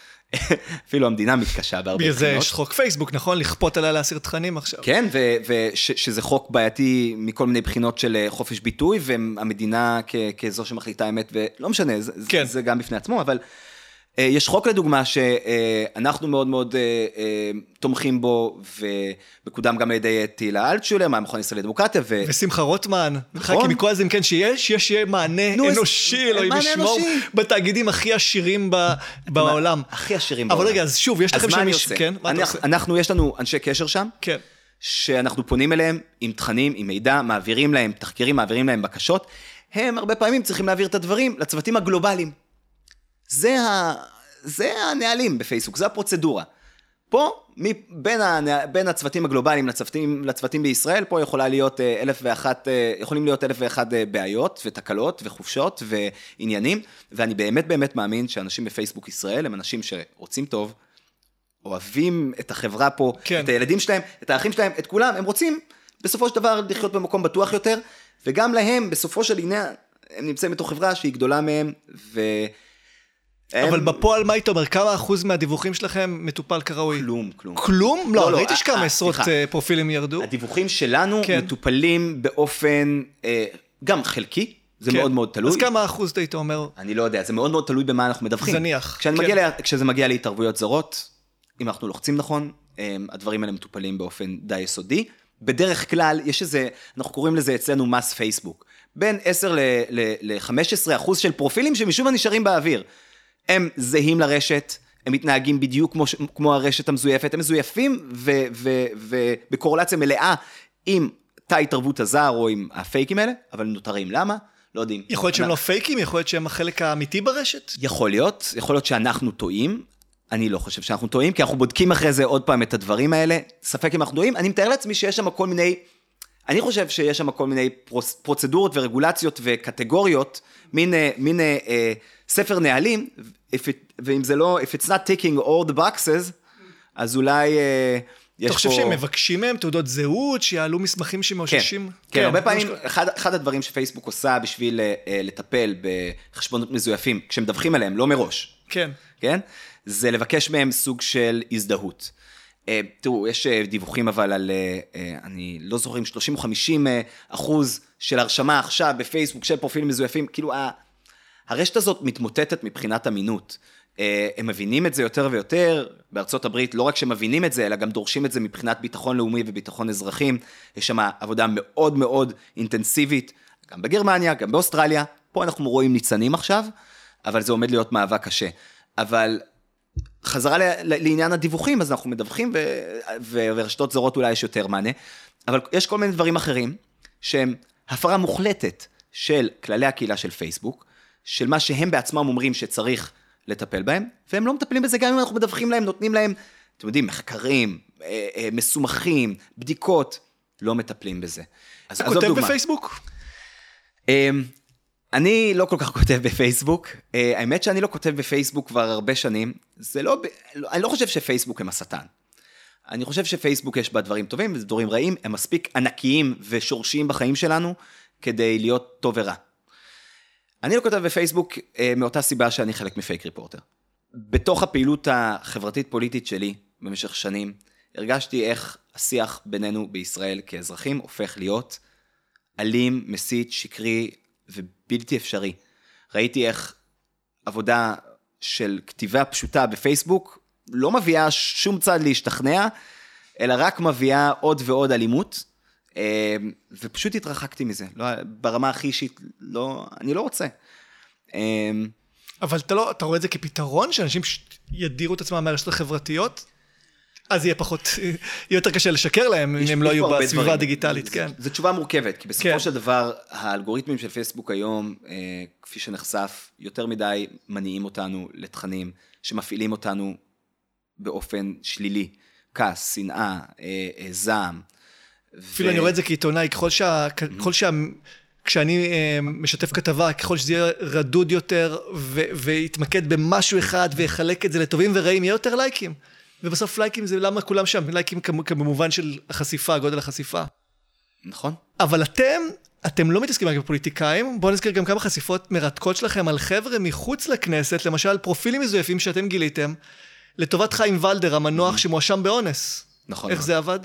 Speaker 3: אפילו המדינה מתקשה בהרבה בחינות.
Speaker 2: בגלל זה יש חוק פייסבוק, נכון? לכפות עליה להסיר תכנים עכשיו.
Speaker 3: כן, ושזה חוק בעייתי מכל מיני בחינות של חופש ביטוי, והמדינה כזו שמחליטה אמת, ולא משנה, זה גם בפני עצמו, אבל יש חוק לדוגמה שאנחנו מאוד מאוד תומכים בו, ומקודם גם על ידי תהילה אלטשולר, מהמכון הישראלי לדמוקרטיה.
Speaker 2: ושמחה רוטמן, כי מכל זה אם כן שיש, יש יהיה מענה אנושי, אלוהים ישמור, בתאגידים הכי עשירים בעולם.
Speaker 3: הכי עשירים בעולם.
Speaker 2: אבל רגע, אז שוב, יש לכם שם איש,
Speaker 3: כן? אנחנו, יש לנו אנשי קשר שם, שאנחנו פונים אליהם עם תכנים, עם מידע, מעבירים להם תחקירים, מעבירים להם בקשות, הם הרבה פעמים צריכים להעביר את הדברים לצוותים הגלובליים. זה, ה... זה הנהלים בפייסבוק, זה הפרוצדורה. פה, בין, ה... בין הצוותים הגלובליים לצוותים, לצוותים בישראל, פה יכולה להיות אלף ואחת, יכולים להיות אלף ואחת בעיות ותקלות וחופשות ועניינים, ואני באמת באמת מאמין שאנשים בפייסבוק ישראל הם אנשים שרוצים טוב, אוהבים את החברה פה, כן. את הילדים שלהם, את האחים שלהם, את כולם, הם רוצים בסופו של דבר לחיות במקום בטוח יותר, וגם להם בסופו של עניין, הם נמצאים בתוך חברה שהיא גדולה מהם, ו...
Speaker 2: אבל בפועל מה היית אומר, כמה אחוז מהדיווחים שלכם מטופל כראוי?
Speaker 3: כלום, כלום.
Speaker 2: כלום? לא, ראיתי שכמה עשרות פרופילים ירדו.
Speaker 3: הדיווחים שלנו מטופלים באופן גם חלקי, זה מאוד מאוד תלוי.
Speaker 2: אז כמה אחוז היית אומר?
Speaker 3: אני לא יודע, זה מאוד מאוד תלוי במה אנחנו מדווחים.
Speaker 2: זניח.
Speaker 3: כשזה מגיע להתערבויות זרות, אם אנחנו לוחצים נכון, הדברים האלה מטופלים באופן די יסודי. בדרך כלל, יש איזה, אנחנו קוראים לזה אצלנו מס פייסבוק. בין עשר ל-חמש עשרה אחוז של פרופילים שמשום מה נשארים באוויר. הם זהים לרשת, הם מתנהגים בדיוק כמו, כמו הרשת המזויפת, הם מזויפים ובקורלציה מלאה עם תא התערבות הזר או עם הפייקים האלה, אבל הם נותרים. למה? לא יודעים.
Speaker 2: יכול להיות שהם לא פייקים, יכול להיות שהם החלק האמיתי ברשת?
Speaker 3: יכול להיות, יכול להיות שאנחנו טועים, אני לא חושב שאנחנו טועים, כי אנחנו בודקים אחרי זה עוד פעם את הדברים האלה, ספק אם אנחנו טועים, אני מתאר לעצמי שיש שם כל מיני, אני חושב שיש שם כל מיני פרוצדורות ורגולציות וקטגוריות, מין, מין אה, ספר נהלים, if it, ואם זה לא, if it's not taking all the boxes, אז אולי אה, יש פה...
Speaker 2: אתה חושב שהם מבקשים מהם תעודות זהות, שיעלו מסמכים שמאוששים?
Speaker 3: כן, כן, כן, הרבה פעמים, אחד, אחד הדברים שפייסבוק עושה בשביל אה, לטפל בחשבונות מזויפים, כשמדווחים עליהם, לא מראש.
Speaker 2: כן.
Speaker 3: כן? זה לבקש מהם סוג של הזדהות. תראו, יש דיווחים אבל על, אני לא זוכר אם שלושים או חמישים אחוז של הרשמה עכשיו בפייסבוק של פרופילים מזויפים, כאילו הרשת הזאת מתמוטטת מבחינת אמינות. הם מבינים את זה יותר ויותר, בארצות הברית לא רק שמבינים את זה, אלא גם דורשים את זה מבחינת ביטחון לאומי וביטחון אזרחים, יש שם עבודה מאוד מאוד אינטנסיבית, גם בגרמניה, גם באוסטרליה, פה אנחנו רואים ניצנים עכשיו, אבל זה עומד להיות מאבק קשה. אבל חזרה לעניין הדיווחים, אז אנחנו מדווחים, ורשתות זרות אולי יש יותר מענה, אבל יש כל מיני דברים אחרים, שהם הפרה מוחלטת של כללי הקהילה של פייסבוק, של מה שהם בעצמם אומרים שצריך לטפל בהם, והם לא מטפלים בזה גם אם אנחנו מדווחים להם, נותנים להם, אתם יודעים, מחקרים, מסומכים, בדיקות, לא מטפלים בזה.
Speaker 2: אתה כותב בפייסבוק?
Speaker 3: אני לא כל כך כותב בפייסבוק, האמת שאני לא כותב בפייסבוק כבר הרבה שנים, זה לא, אני לא חושב שפייסבוק הם השטן. אני חושב שפייסבוק יש בה דברים טובים ודברים רעים, הם מספיק ענקיים ושורשיים בחיים שלנו, כדי להיות טוב ורע. אני לא כותב בפייסבוק מאותה סיבה שאני חלק מפייק ריפורטר. בתוך הפעילות החברתית-פוליטית שלי, במשך שנים, הרגשתי איך השיח בינינו בישראל כאזרחים הופך להיות אלים, מסית, שקרי ובלתי אפשרי. ראיתי איך עבודה של כתיבה פשוטה בפייסבוק לא מביאה שום צד להשתכנע, אלא רק מביאה עוד ועוד אלימות, ופשוט התרחקתי מזה. לא, ברמה הכי אישית, לא, אני לא רוצה.
Speaker 2: אבל אתה, לא, אתה רואה את זה כפתרון, שאנשים ידירו את עצמם מהרשתות החברתיות? אז יהיה פחות, יהיה יותר קשה לשקר להם, אם הם לא יהיו בסביבה הדיגיטלית, כן.
Speaker 3: זו תשובה מורכבת, כי בסופו של דבר, האלגוריתמים של פייסבוק היום, כפי שנחשף, יותר מדי מניעים אותנו לתכנים, שמפעילים אותנו באופן שלילי, כעס, שנאה, זעם.
Speaker 2: אפילו אני רואה את זה כעיתונאי, ככל שה... כשאני משתף כתבה, ככל שזה יהיה רדוד יותר, ויתמקד במשהו אחד, ויחלק את זה לטובים ורעים, יהיה יותר לייקים. ובסוף לייקים זה למה כולם שם, לייקים כמובן של החשיפה, גודל החשיפה.
Speaker 3: נכון.
Speaker 2: אבל אתם, אתם לא מתעסקים רק בפוליטיקאים, בואו נזכיר גם כמה חשיפות מרתקות שלכם על חבר'ה מחוץ לכנסת, למשל פרופילים מזויפים שאתם גיליתם, לטובת חיים ולדר, המנוח שמואשם באונס.
Speaker 3: נכון.
Speaker 2: איך זה עבד?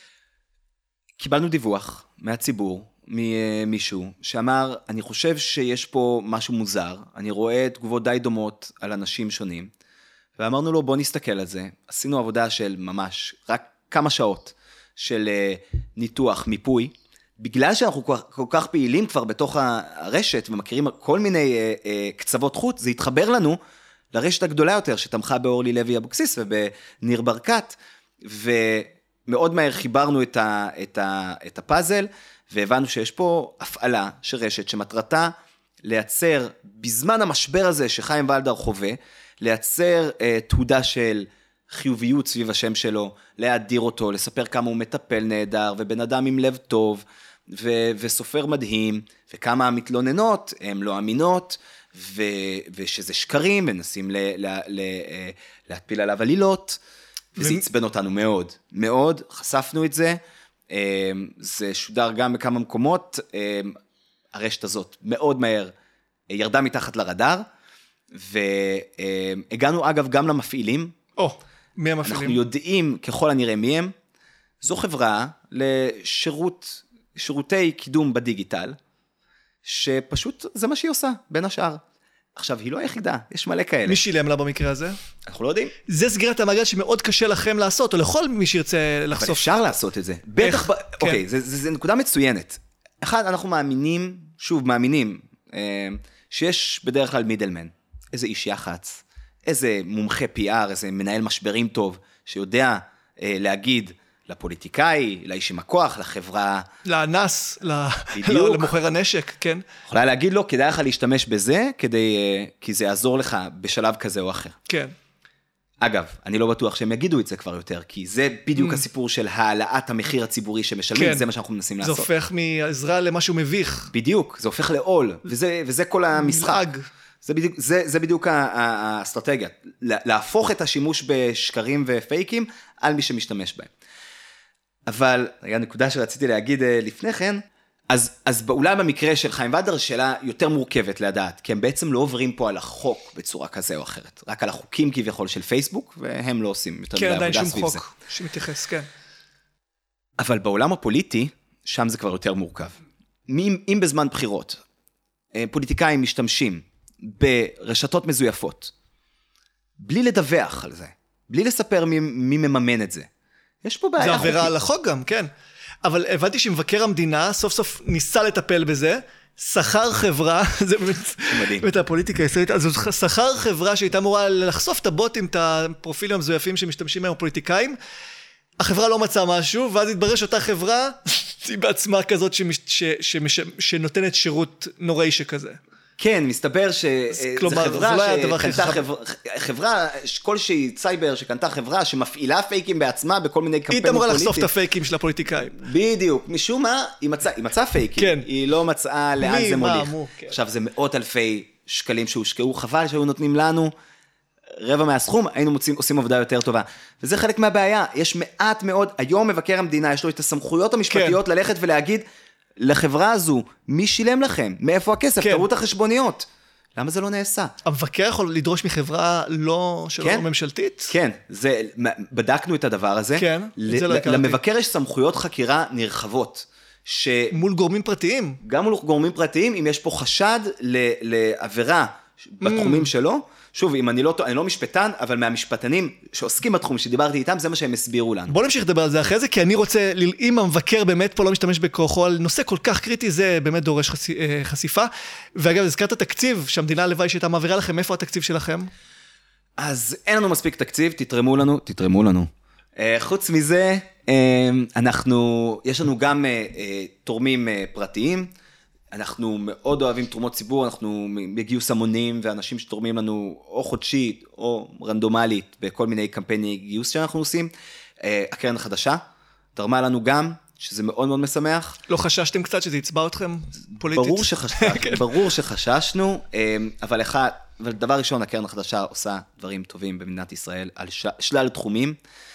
Speaker 3: קיבלנו דיווח מהציבור, ממישהו, שאמר, אני חושב שיש פה משהו מוזר, אני רואה תגובות די דומות על אנשים שונים, ואמרנו לו, בוא נסתכל על זה. עשינו עבודה של ממש, רק כמה שעות של ניתוח, מיפוי, בגלל שאנחנו כל, כל כך פעילים כבר בתוך הרשת, ומכירים כל מיני קצוות חוט, זה התחבר לנו לרשת הגדולה יותר, שתמכה באורלי לוי אבוקסיס ובניר ברקת, ומאוד מהר חיברנו את, ה, את, ה, את הפאזל, והבנו שיש פה הפעלה של רשת, שמטרתה לייצר, בזמן המשבר הזה שחיים ולדר חווה, לייצר אה, תעודה של חיוביות סביב השם שלו, להאדיר אותו, לספר כמה הוא מטפל נהדר, ובן אדם עם לב טוב, ו- וסופר מדהים, וכמה המתלוננות הן לא אמינות, ו- ושזה שקרים, ונסים ל- ל- ל- ל- להטפיל עליו עלילות, וזה עצבן אותנו מאוד, מאוד, חשפנו את זה, אה, זה שודר גם בכמה מקומות, אה, הרשת הזאת מאוד מהר ירדה מתחת לרדאר, והגענו אגב גם למפעילים.
Speaker 2: או, מי המפעילים?
Speaker 3: אנחנו יודעים ככל הנראה מי הם. זו חברה לשירות, שירותי קידום בדיגיטל, שפשוט זה מה שהיא עושה, בין השאר. עכשיו, היא לא היחידה, יש מלא כאלה.
Speaker 2: מי שילם לה במקרה הזה?
Speaker 3: אנחנו לא יודעים.
Speaker 2: זה סגירת המעגל שמאוד קשה לכם לעשות, או לכל מי שירצה לחשוף.
Speaker 3: אבל אפשר לעשות את זה. בטח, אוקיי, זה נקודה מצוינת. אחד, אנחנו מאמינים, שוב, מאמינים, שיש בדרך כלל מידלמן. איזה איש יח"צ, איזה מומחה פי אר, איזה מנהל משברים טוב, שיודע אה, להגיד לפוליטיקאי, לאיש עם הכוח, לחברה...
Speaker 2: לאנס,
Speaker 3: בדיוק.
Speaker 2: למוכר הנשק, כן.
Speaker 3: יכולה להגיד לו, כדאי לך להשתמש בזה, כדי, כי זה יעזור לך בשלב כזה או אחר.
Speaker 2: כן.
Speaker 3: אגב, אני לא בטוח שהם יגידו את זה כבר יותר, כי זה בדיוק הסיפור של העלאת המחיר הציבורי שמשלמים, זה מה שאנחנו מנסים לעשות.
Speaker 2: זה הופך מעזרה למשהו מביך.
Speaker 3: בדיוק, זה הופך לעול, וזה, וזה כל המשחק. זה בדיוק, זה, זה בדיוק האסטרטגיה, להפוך את השימוש בשקרים ופייקים על מי שמשתמש בהם. אבל, רגע, נקודה שרציתי להגיד לפני כן, אז, אז אולי במקרה של חיים ודר, שאלה יותר מורכבת לדעת, כי הם בעצם לא עוברים פה על החוק בצורה כזה או אחרת, רק על החוקים כביכול של פייסבוק, והם לא עושים יותר
Speaker 2: כן,
Speaker 3: מדי עבודה סביב זה.
Speaker 2: כן, עדיין שום חוק שמתייחס, כן.
Speaker 3: אבל בעולם הפוליטי, שם זה כבר יותר מורכב. אם, אם בזמן בחירות, פוליטיקאים משתמשים ברשתות מזויפות, בלי לדווח על זה, בלי לספר מי, מי מממן את זה, יש פה בעיה
Speaker 2: זה
Speaker 3: חוקית.
Speaker 2: עבירה על החוק גם, כן. אבל הבנתי שמבקר המדינה סוף סוף ניסה לטפל בזה, שכר חברה, זה
Speaker 3: מדהים.
Speaker 2: באמת הפוליטיקה הישראלית, אז שכר חברה שהייתה אמורה לחשוף את הבוטים, את הפרופילים המזויפים שמשתמשים היום פוליטיקאים, החברה לא מצאה משהו, ואז התברר שאותה חברה, היא בעצמה כזאת שמש, ש, שמש, שנותנת שירות נוראי שכזה.
Speaker 3: כן, מסתבר שזו חברה שקנתה חברה, חברה כלשהי סייבר שקנתה חברה שמפעילה פייקים בעצמה בכל מיני קמפיינים
Speaker 2: פוליטיים. היא אמורה
Speaker 3: פוליטיים.
Speaker 2: לחשוף את הפייקים של הפוליטיקאים.
Speaker 3: בדיוק, משום מה, היא מצאה, היא מצאה פייקים,
Speaker 2: כן.
Speaker 3: היא לא מצאה לאן
Speaker 2: מי,
Speaker 3: זה
Speaker 2: מה,
Speaker 3: מוליך.
Speaker 2: מו, כן.
Speaker 3: עכשיו זה מאות אלפי שקלים שהושקעו, חבל שהיו נותנים לנו רבע מהסכום, היינו מוצאים, עושים עבודה יותר טובה. וזה חלק מהבעיה, יש מעט מאוד, היום מבקר המדינה, יש לו את הסמכויות המשפטיות כן. ללכת ולהגיד, לחברה הזו, מי שילם לכם? מאיפה הכסף? כן. תראו את החשבוניות. למה זה לא נעשה?
Speaker 2: המבקר יכול לדרוש מחברה לא, שלא כן? ממשלתית?
Speaker 3: כן, זה, בדקנו את הדבר הזה.
Speaker 2: כן,
Speaker 3: ל-
Speaker 2: את זה לא הכרתי.
Speaker 3: למבקר יש סמכויות חקירה נרחבות. ש...
Speaker 2: מול גורמים פרטיים?
Speaker 3: גם מול גורמים פרטיים, אם יש פה חשד ל- לעבירה בתחומים mm. שלו, שוב, אם אני לא, אני לא משפטן, אבל מהמשפטנים שעוסקים בתחום שדיברתי איתם, זה מה שהם הסבירו לנו.
Speaker 2: בוא נמשיך לדבר על זה אחרי זה, כי אני רוצה, אם המבקר באמת פה לא משתמש בכוחו על נושא כל כך קריטי, זה באמת דורש חשיפה. ואגב, הזכרת תקציב שהמדינה הלוואי שהייתה מעבירה לכם, איפה התקציב שלכם?
Speaker 3: אז אין לנו מספיק תקציב, תתרמו לנו, תתרמו לנו. חוץ מזה, אנחנו, יש לנו גם תורמים פרטיים, אנחנו מאוד אוהבים תרומות ציבור, אנחנו בגיוס המונים, ואנשים שתורמים לנו או חודשית או רנדומלית, בכל מיני קמפייני גיוס שאנחנו עושים. הקרן החדשה תרמה לנו גם, שזה מאוד מאוד משמח.
Speaker 2: לא חששתם קצת שזה יצבע אתכם פוליטית?
Speaker 3: ברור שחששנו, ברור שחששנו, אבל אחד, אבל דבר ראשון, הקרן החדשה עושה דברים טובים במדינת ישראל, על שלל תחומים,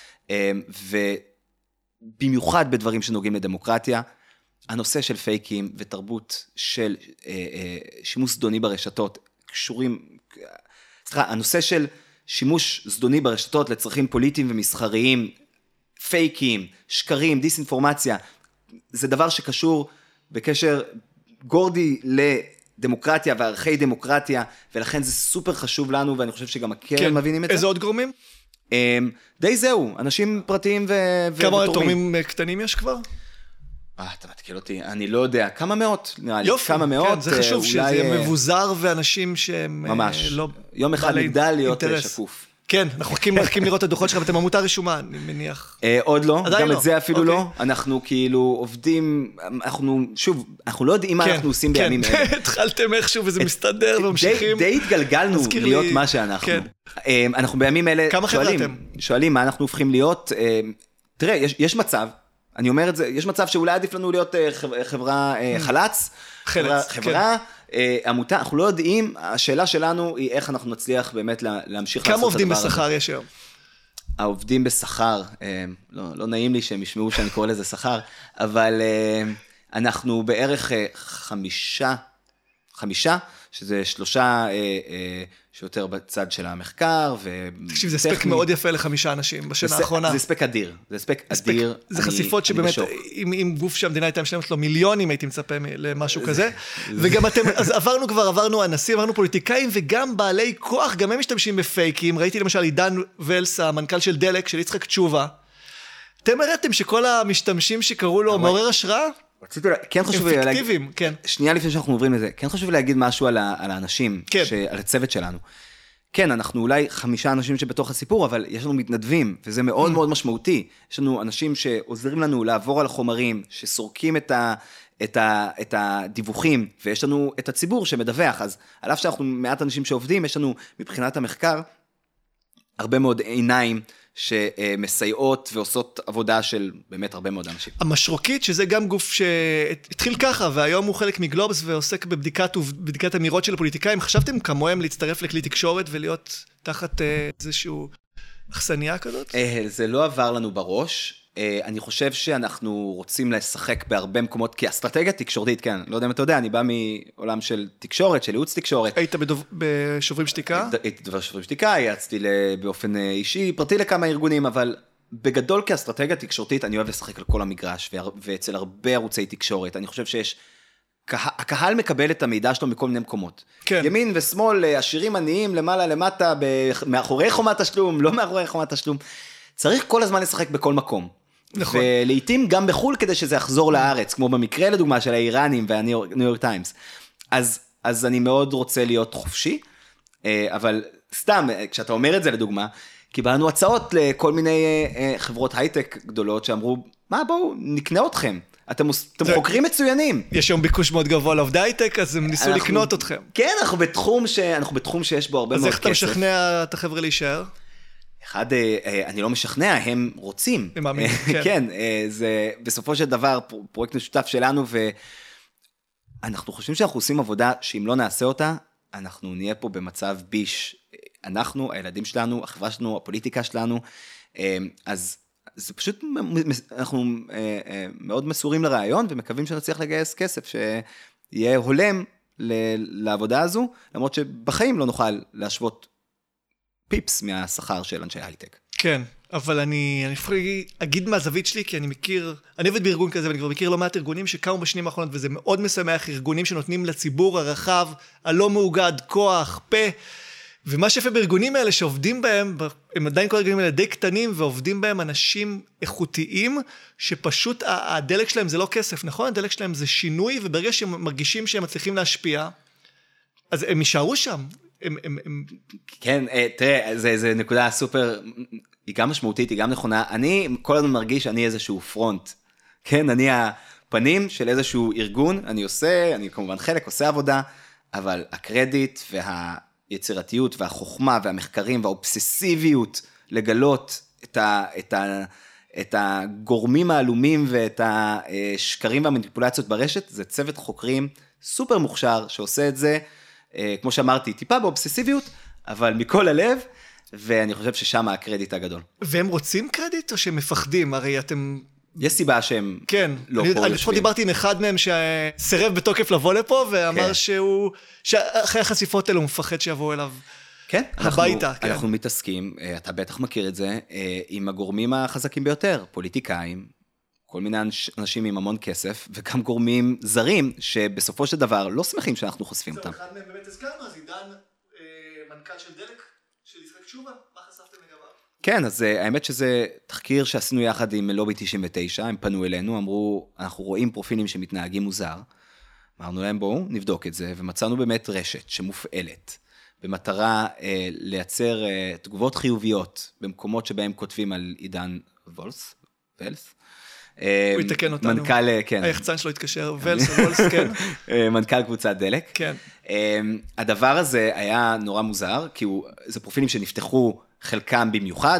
Speaker 3: ובמיוחד בדברים שנוגעים לדמוקרטיה, הנושא של פייקים ותרבות של אה, אה, שימוש זדוני ברשתות, קשורים, סליחה, הנושא של שימוש זדוני ברשתות לצרכים פוליטיים ומסחריים, פייקים, שקרים, דיסאינפורמציה, זה דבר שקשור בקשר גורדי לדמוקרטיה וערכי דמוקרטיה, ולכן זה סופר חשוב לנו, ואני חושב שגם הקרן כן. מבינים את זה.
Speaker 2: איזה עוד גורמים?
Speaker 3: אה, די זהו, אנשים פרטיים ו...
Speaker 2: כמה ותורמים. תורמים קטנים יש כבר?
Speaker 3: אה, אתה מתקיל אותי, אני לא יודע, כמה מאות, נראה לי,
Speaker 2: יופי,
Speaker 3: כמה מאות,
Speaker 2: כן, זה חשוב
Speaker 3: אולי...
Speaker 2: שזה יהיה מבוזר ואנשים שהם
Speaker 3: ממש,
Speaker 2: לא...
Speaker 3: יום אחד נגדל להיות
Speaker 2: אינטרס.
Speaker 3: שקוף.
Speaker 2: כן, אנחנו מחכים לראות את הדוחות שלכם, אתם עמותה רשומה, אני מניח.
Speaker 3: אה, עוד לא, גם
Speaker 2: לא.
Speaker 3: את זה אפילו
Speaker 2: אוקיי.
Speaker 3: לא, אנחנו כאילו עובדים, אנחנו, שוב, אנחנו לא יודעים מה
Speaker 2: כן,
Speaker 3: אנחנו עושים
Speaker 2: כן.
Speaker 3: בימים אלה.
Speaker 2: התחלתם איכשהו וזה מסתדר וממשיכים.
Speaker 3: די, די התגלגלנו להיות
Speaker 2: לי...
Speaker 3: מה שאנחנו.
Speaker 2: כן.
Speaker 3: אה, אנחנו בימים אלה
Speaker 2: כמה
Speaker 3: שואלים,
Speaker 2: חברתם?
Speaker 3: שואלים מה אנחנו הופכים להיות, אה, תראה, יש, יש מצב, אני אומר את זה, יש מצב שאולי עדיף לנו להיות חברה חלץ,
Speaker 2: חלץ,
Speaker 3: חברה, עמותה, אנחנו לא יודעים, השאלה שלנו היא איך אנחנו נצליח באמת להמשיך לעשות את הדבר הזה.
Speaker 2: כמה עובדים בשכר יש היום?
Speaker 3: העובדים בשכר, לא, לא נעים לי שהם ישמעו שאני קורא לזה שכר, אבל אנחנו בערך חמישה, חמישה, שזה שלושה אה, אה, שיותר בצד של המחקר, וטכני.
Speaker 2: תקשיב, זה ספק מאוד יפה לחמישה אנשים בשנה האחרונה.
Speaker 3: זה ספק אדיר, זה ספק אדיר.
Speaker 2: זה חשיפות שבאמת, אם גוף שהמדינה הייתה משלמת לו מיליונים, הייתי מצפה למשהו כזה. וגם אתם, אז עברנו כבר, עברנו אנסים, עברנו פוליטיקאים, וגם בעלי כוח, גם הם משתמשים בפייקים. ראיתי למשל עידן ולס, המנכ"ל של דלק, של יצחק תשובה. אתם הראיתם שכל המשתמשים שקראו לו מעורר השראה,
Speaker 3: רציתי, כן חשוב לי
Speaker 2: להגיד, כן.
Speaker 3: שנייה לפני שאנחנו עוברים לזה, כן חשוב להגיד משהו על, ה, על האנשים,
Speaker 2: כן.
Speaker 3: ש, על הצוות שלנו. כן, אנחנו אולי חמישה אנשים שבתוך הסיפור, אבל יש לנו מתנדבים, וזה מאוד מאוד משמעותי. יש לנו אנשים שעוזרים לנו לעבור על החומרים, שסורקים את ה... את, ה, את הדיווחים, ויש לנו את הציבור שמדווח, אז על אף שאנחנו מעט אנשים שעובדים, יש לנו מבחינת המחקר, הרבה מאוד עיניים שמסייעות ועושות עבודה של באמת הרבה מאוד אנשים.
Speaker 2: המשרוקית, שזה גם גוף שהתחיל ככה, והיום הוא חלק מגלובס ועוסק בבדיקת, בבדיקת אמירות של הפוליטיקאים, חשבתם כמוהם להצטרף לכלי תקשורת ולהיות תחת איזשהו אכסניה כזאת?
Speaker 3: זה לא עבר לנו בראש, אני חושב שאנחנו רוצים לשחק בהרבה מקומות, כי אסטרטגיה תקשורתית, כן, לא יודע אם אתה יודע, אני בא מעולם של תקשורת, של ייעוץ תקשורת.
Speaker 2: היית בשוברים שתיקה?
Speaker 3: הייתי בשוברים שתיקה, יעצתי באופן אישי, פרטי לכמה ארגונים, אבל בגדול כאסטרטגיה תקשורתית, אני אוהב לשחק על כל המגרש, ואצל הרבה ערוצי תקשורת, אני חושב שיש, הקהל מקבל את המידע שלו מכל מיני מקומות.
Speaker 2: כן.
Speaker 3: ימין ושמאל, עשירים עניים, למעלה, למטה, מאחורי חומת תשלום, לא מאחורי חומת תשלום. צריך כל הזמן לשחק בכל מקום.
Speaker 2: נכון.
Speaker 3: ולעיתים גם בחול כדי שזה יחזור לארץ, כמו במקרה לדוגמה של האיראנים והניו יורק טיימס. אז, אז אני מאוד רוצה להיות חופשי, אבל סתם, כשאתה אומר את זה לדוגמה, קיבלנו הצעות לכל מיני חברות הייטק גדולות שאמרו, מה בואו, נקנה אתכם. אתם, אתם זה... חוקרים מצוינים.
Speaker 2: יש היום ביקוש מאוד גבוה לעובדי הייטק, אז הם ניסו אנחנו... לקנות אתכם.
Speaker 3: כן, אנחנו בתחום, ש... אנחנו בתחום שיש בו הרבה מאוד כסף.
Speaker 2: אז איך אתה משכנע את החבר'ה להישאר?
Speaker 3: אחד, אני לא משכנע, הם רוצים.
Speaker 2: הם מאמינים, כן.
Speaker 3: כן, זה בסופו של דבר פרויקט משותף שלנו, ואנחנו חושבים שאנחנו עושים עבודה שאם לא נעשה אותה, אנחנו נהיה פה במצב ביש. אנחנו, הילדים שלנו, החברה שלנו, הפוליטיקה שלנו, אז זה פשוט, אנחנו מאוד מסורים לרעיון, ומקווים שנצליח לגייס כסף, שיהיה הולם לעבודה הזו, למרות שבחיים לא נוכל להשוות פיפס מהשכר של אנשי הייטק.
Speaker 2: כן, אבל אני, אני אגיד מהזווית שלי, כי אני מכיר, אני עובד בארגון כזה, ואני כבר מכיר לא מעט ארגונים שקמו בשנים האחרונות, וזה מאוד משמח, ארגונים שנותנים לציבור הרחב, הלא מאוגד, כוח, פה, ומה שיפה בארגונים האלה שעובדים בהם, הם עדיין כל הארגונים האלה די קטנים, ועובדים בהם אנשים איכותיים, שפשוט הדלק שלהם זה לא כסף, נכון? הדלק שלהם זה שינוי, וברגע שהם מרגישים שהם מצליחים להשפיע, אז הם יישארו שם. הם, הם, הם...
Speaker 3: כן, תראה, זה, זה נקודה סופר, היא גם משמעותית, היא גם נכונה. אני כל הזמן מרגיש שאני איזשהו פרונט. כן, אני הפנים של איזשהו ארגון, אני עושה, אני כמובן חלק, עושה עבודה, אבל הקרדיט והיצירתיות והחוכמה והמחקרים והאובססיביות לגלות את ה, את ה, את הגורמים העלומים ואת השקרים והמניפולציות ברשת, זה צוות חוקרים סופר מוכשר שעושה את זה, כמו שאמרתי, טיפה באובססיביות, אבל מכל הלב, ואני חושב ששם הקרדיט הגדול.
Speaker 2: והם רוצים קרדיט או שהם מפחדים? הרי אתם...
Speaker 3: יש סיבה שהם
Speaker 2: כן.
Speaker 3: לא
Speaker 2: אני,
Speaker 3: פה
Speaker 2: אני לפחות דיברתי עם אחד מהם שסירב בתוקף לבוא לפה, ואמר כן. שהוא, שאחרי החשיפות האלה הוא מפחד שיבואו אליו
Speaker 3: כן,
Speaker 2: הביתה.
Speaker 3: אנחנו,
Speaker 2: כן,
Speaker 3: אנחנו מתעסקים, אתה בטח מכיר את זה, עם הגורמים החזקים ביותר, פוליטיקאים, כל מיני אנשים עם המון כסף, וגם גורמים זרים, שבסופו של דבר לא שמחים שאנחנו חושפים אותם.
Speaker 2: אחד מהם באמת הזכרנו, אז עידן, מנכ"ל של דלק, של יצחק תשובה, מה חשפתם לגביו?
Speaker 3: כן, אז האמת שזה תחקיר שעשינו יחד עם לובי תשעים ותשע, הם פנו אלינו, אמרו, אנחנו רואים פרופילים שמתנהגים מוזר, אמרנו להם בואו נבדוק את זה, ומצאנו באמת רשת שמופעלת, במטרה אה, לייצר אה, תגובות חיוביות, במקומות שבהם כותבים על עידן וולס, ולס,
Speaker 2: הוא יתקן אותנו.
Speaker 3: מנכ"ל, כן.
Speaker 2: היחצן שלו התקשר, ולס או וולס, כן.
Speaker 3: מנכ"ל קבוצת דלק.
Speaker 2: כן.
Speaker 3: הדבר הזה היה נורא מוזר, כי זה פרופילים שנפתחו חלקם במיוחד,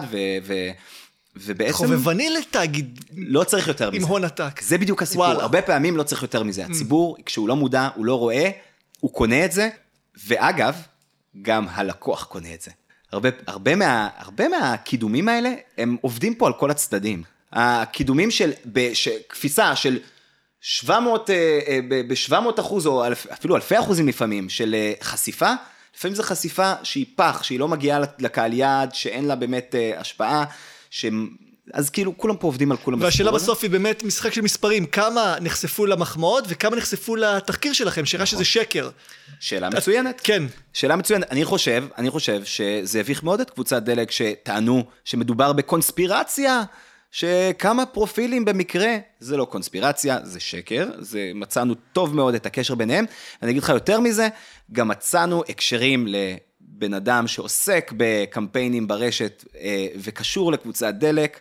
Speaker 3: ובעצם...
Speaker 2: חובבני לתאגיד.
Speaker 3: לא צריך יותר מזה.
Speaker 2: עם הון עתק.
Speaker 3: זה בדיוק הסיפור. הרבה פעמים לא צריך יותר מזה. הציבור, כשהוא לא מודע, הוא לא רואה, הוא קונה את זה, ואגב, גם הלקוח קונה את זה. הרבה מה, הרבה מהקידומים האלה, הם עובדים פה על כל הצדדים. הקידומים של, בקפיצה של שבע מאות, ב-שבע מאות אחוז, או אפילו אלפי אחוזים לפעמים, של חשיפה, לפעמים זו חשיפה שהיא פח, שהיא לא מגיעה לקהל יעד, שאין לה באמת השפעה, ש... אז כאילו כולם פה עובדים על כולם.
Speaker 2: והשאלה בסוף היא באמת משחק של מספרים, כמה נחשפו למחמאות, וכמה נחשפו לתחקיר שלכם, שראה שזה שקר.
Speaker 3: שאלה מצוינת.
Speaker 2: כן.
Speaker 3: שאלה מצוינת. אני חושב, אני חושב שזה הביך מאוד את קבוצת דלק, שטענו שמדובר בקונספירציה, שכמה פרופילים במקרה, זה לא קונספירציה, זה שקר, זה מצאנו טוב מאוד את הקשר ביניהם, אני אגיד לך יותר מזה, גם מצאנו הקשרים ל... בן אדם שעוסק בקמפיינים ברשת, וקשור לקבוצת דלק,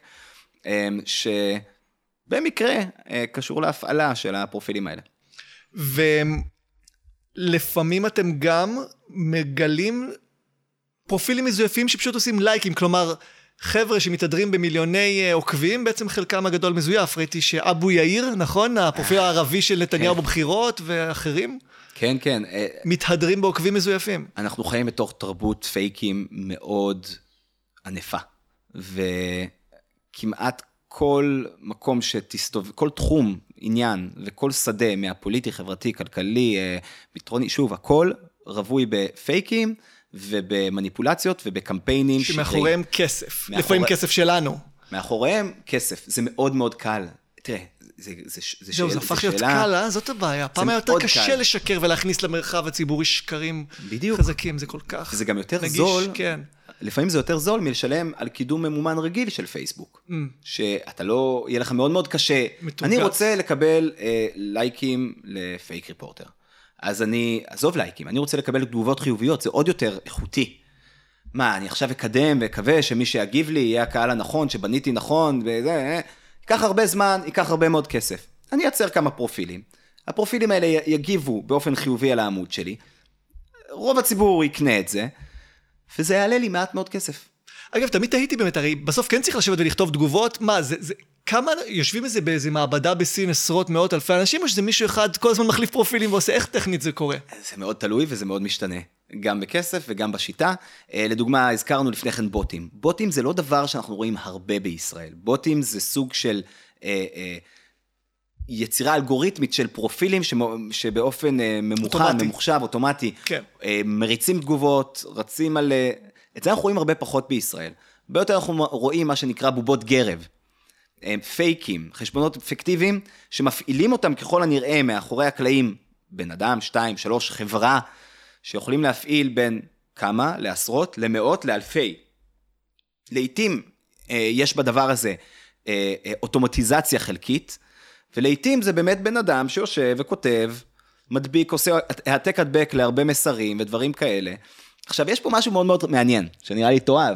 Speaker 3: שבמקרה קשור להפעלה של הפרופילים האלה.
Speaker 2: ולפעמים אתם גם מגלים פרופילים מזויפים שפשוט עושים לייקים, כלומר, חבר'ה שמתהדרים במיליוני עוקבים, בעצם חלקם הגדול מזויף. ראיתי שאבו יאיר, נכון? הפרופיל הערבי של נתניהו בבחירות ואחרים.
Speaker 3: כן, כן.
Speaker 2: מתהדרים בעוקבים מזויפים.
Speaker 3: אנחנו חיים בתוך תרבות פייקים מאוד ענפה. וכמעט כל מקום שתסתובב, כל תחום, עניין וכל שדה מהפוליטי, חברתי, כלכלי, ביטחוני, שוב, הכל רווי בפייקים, ובמניפולציות ובקמפיינים.
Speaker 2: שמאחוריהם כסף, לפעמים כסף שלנו.
Speaker 3: מאחוריהם כסף, זה מאוד מאוד קל. תראה, זה שאלה.
Speaker 2: זה הפך להיות קל, אה? זאת הבעיה. פעם היה יותר קשה לשקר ולהכניס למרחב הציבורי שקרים חזקים, זה כל כך.
Speaker 3: וזה גם יותר זול. לפעמים זה יותר זול מלשלם על קידום ממומן רגיל של פייסבוק. שאתה לא, יהיה לך מאוד מאוד קשה. אני רוצה לקבל לייקים לפייק ריפורטר. אז אני, עזוב לייקים, אני רוצה לקבל תגובות חיוביות, זה עוד יותר איכותי. מה, אני עכשיו אקדם ואקווה שמי שיגיב לי יהיה הקהל הנכון, שבניתי נכון, וזה, ייקח הרבה זמן, ייקח הרבה מאוד כסף. אני אעצר כמה פרופילים. הפרופילים האלה יגיבו באופן חיובי על העמוד שלי. רוב הציבור יקנה את זה, וזה יעלה לי מעט מאוד כסף.
Speaker 2: אגב, תמיד תהיתי באמת, הרי בסוף כן צריך לשבת ולכתוב תגובות, מה, זה, זה, כמה, יושבים איזה באיזה מעבדה בסין, עשרות, מאות, אלפי אנשים, או שזה מישהו אחד כל הזמן מחליף פרופילים ועושה, איך טכנית זה קורה?
Speaker 3: זה מאוד תלוי וזה מאוד משתנה, גם בכסף וגם בשיטה. לדוגמה, הזכרנו לפני כן בוטים. בוטים זה לא דבר שאנחנו רואים הרבה בישראל. בוטים זה סוג של אה, אה, יצירה אלגוריתמית של פרופילים שבאופן אה, ממוכן, ממוחשב, אוטומטי,
Speaker 2: כן.
Speaker 3: אה, מריצים תגובות, רצים על... אה, את זה אנחנו רואים הרבה פחות בישראל. ביותר אנחנו רואים מה שנקרא בובות גרב. פייקים, חשבונות פיקטיביים, שמפעילים אותם ככל הנראה מאחורי הקלעים, בן אדם, שתיים, שלוש, חברה, שיכולים להפעיל בין כמה, לעשרות, למאות, לאלפי. לעתים יש בדבר הזה אוטומטיזציה חלקית, ולעתים זה באמת בן אדם שיושב וכותב, מדביק, עושה העתק הדבק להרבה מסרים ודברים כאלה. עכשיו, יש פה משהו מאוד מאוד מעניין, שנראה לי תואב.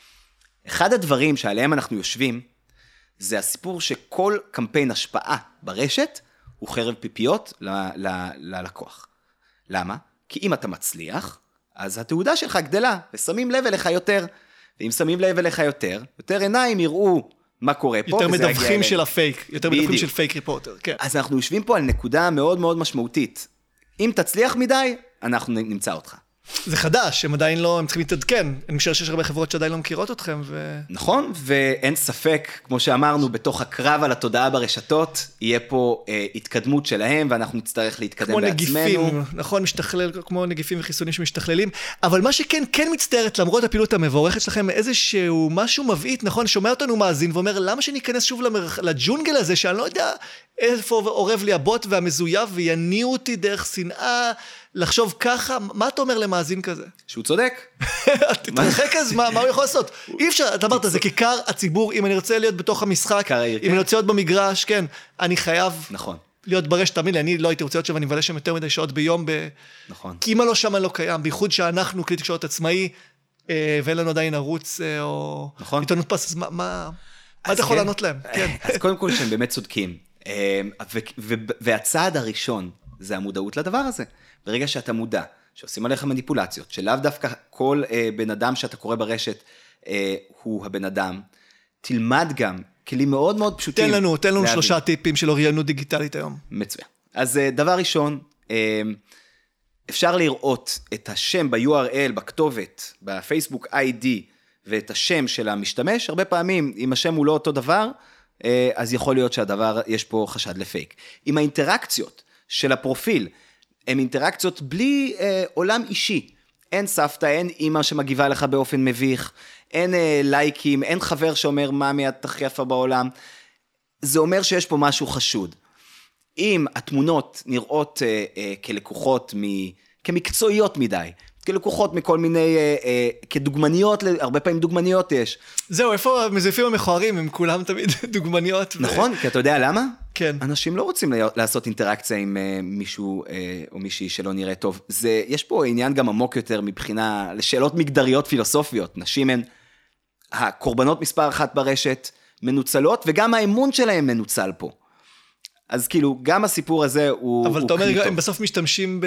Speaker 3: אחד הדברים שעליהם אנחנו יושבים, זה הסיפור שכל קמפיין השפעה ברשת, הוא חרב פיפיות ל- ל- ללקוח. למה? כי אם אתה מצליח, אז התעודה שלך גדלה, ושמים לב אליך יותר. ואם שמים לב אליך יותר, יותר עיניים יראו מה קורה פה.
Speaker 2: יותר מדווחים של הפייק, יותר מדווחים של פייק ריפורטר, כן.
Speaker 3: אז אנחנו יושבים פה על נקודה מאוד מאוד משמעותית. אם תצליח מדי, אנחנו נמצא אותך.
Speaker 2: זה חדש, הם עדיין לא, הם צריכים להתעדכן. אני משער שיש הרבה חברות שעדיין לא מכירות אתכם. ו...
Speaker 3: נכון, ואין ספק, כמו שאמרנו, בתוך הקרב על התודעה ברשתות, יהיה פה אה, התקדמות שלהם, ואנחנו נצטרך להתקדם
Speaker 2: כמו
Speaker 3: בעצמנו.
Speaker 2: כמו נגיפים, נכון, משתכלל, כמו נגיפים וחיסונים שמשתכללים. אבל מה שכן, כן מצטערת, למרות הפעילות המבורכת שלכם, איזשהו משהו מבעית, נכון, שומע אותנו מאזין, ואומר, למה שניכנס שוב למרח... לג'ונגל הזה, שאני לא יודע איפה עורב לי הבוט והמזויף, ויניעו אותי דרך שנאה, לחשוב ככה, מה אתה אומר למאזין כזה?
Speaker 3: שהוא צודק.
Speaker 2: תתרחק אז, מה הוא יכול לעשות? אי אפשר, אתה אמרת, זה כיכר הציבור, אם אני רוצה להיות בתוך המשחק, אם אני רוצה להיות במגרש, כן, אני חייב להיות ברשת, תאמין לי, אני לא הייתי רוצה להיות שם, אני מבלה שם יותר מדי שעות ביום, כי אם לא שם לא קיים, בייחוד שאנחנו כלי תקשורת עצמאי, ואין לנו עדיין ערוץ, או עיתונות פס, אז מה אתה יכול לענות להם?
Speaker 3: אז קודם כל שהם באמת צודקים, והצעד הראשון, זה המודעות לדבר הזה. ברגע שאתה מודע, שעושים עליך מניפולציות, שלאו דווקא כל אה, בן אדם שאתה קורא ברשת אה, הוא הבן אדם, תלמד גם כלים מאוד מאוד פשוטים.
Speaker 2: תן לנו, תן לנו להבין. שלושה טיפים של אוריינות דיגיטלית היום.
Speaker 3: מצוין. אז אה, דבר ראשון, אה, אפשר לראות את השם ב-יו אר אל, בכתובת, בפייסבוק איי די, ואת השם של המשתמש, הרבה פעמים, אם השם הוא לא אותו דבר, אה, אז יכול להיות שהדבר, יש פה חשד לפייק. עם האינטראקציות של הפרופיל, הן אינטראקציות בלי אה, עולם אישי. אין סבתא, אין אמא שמגיבה לך באופן מביך, אין אה, לייקים, אין חבר שאומר מה מיד הכי יפה בעולם. זה אומר שיש פה משהו חשוד. אם התמונות נראות אה, אה, כלקוחות, מ... כמקצועיות מדי, כלקוחות מכל מיני, אה, אה, כדוגמניות, הרבה פעמים דוגמניות יש.
Speaker 2: זהו, איפה המזייפים המכוערים, הם כולם תמיד דוגמניות.
Speaker 3: נכון, ו... כי אתה יודע למה?
Speaker 2: כן.
Speaker 3: אנשים לא רוצים לעשות אינטראקציה עם אה, מישהו אה, או מישהי שלא נראה טוב. זה, יש פה עניין גם עמוק יותר מבחינה, לשאלות מגדריות פילוסופיות. נשים הן הקורבנות מספר אחת ברשת, מנוצלות, וגם האמון שלהם מנוצל פה. אז כאילו, גם הסיפור הזה הוא...
Speaker 2: אבל
Speaker 3: הוא
Speaker 2: אתה אומר,
Speaker 3: קליטו.
Speaker 2: הם בסוף משתמשים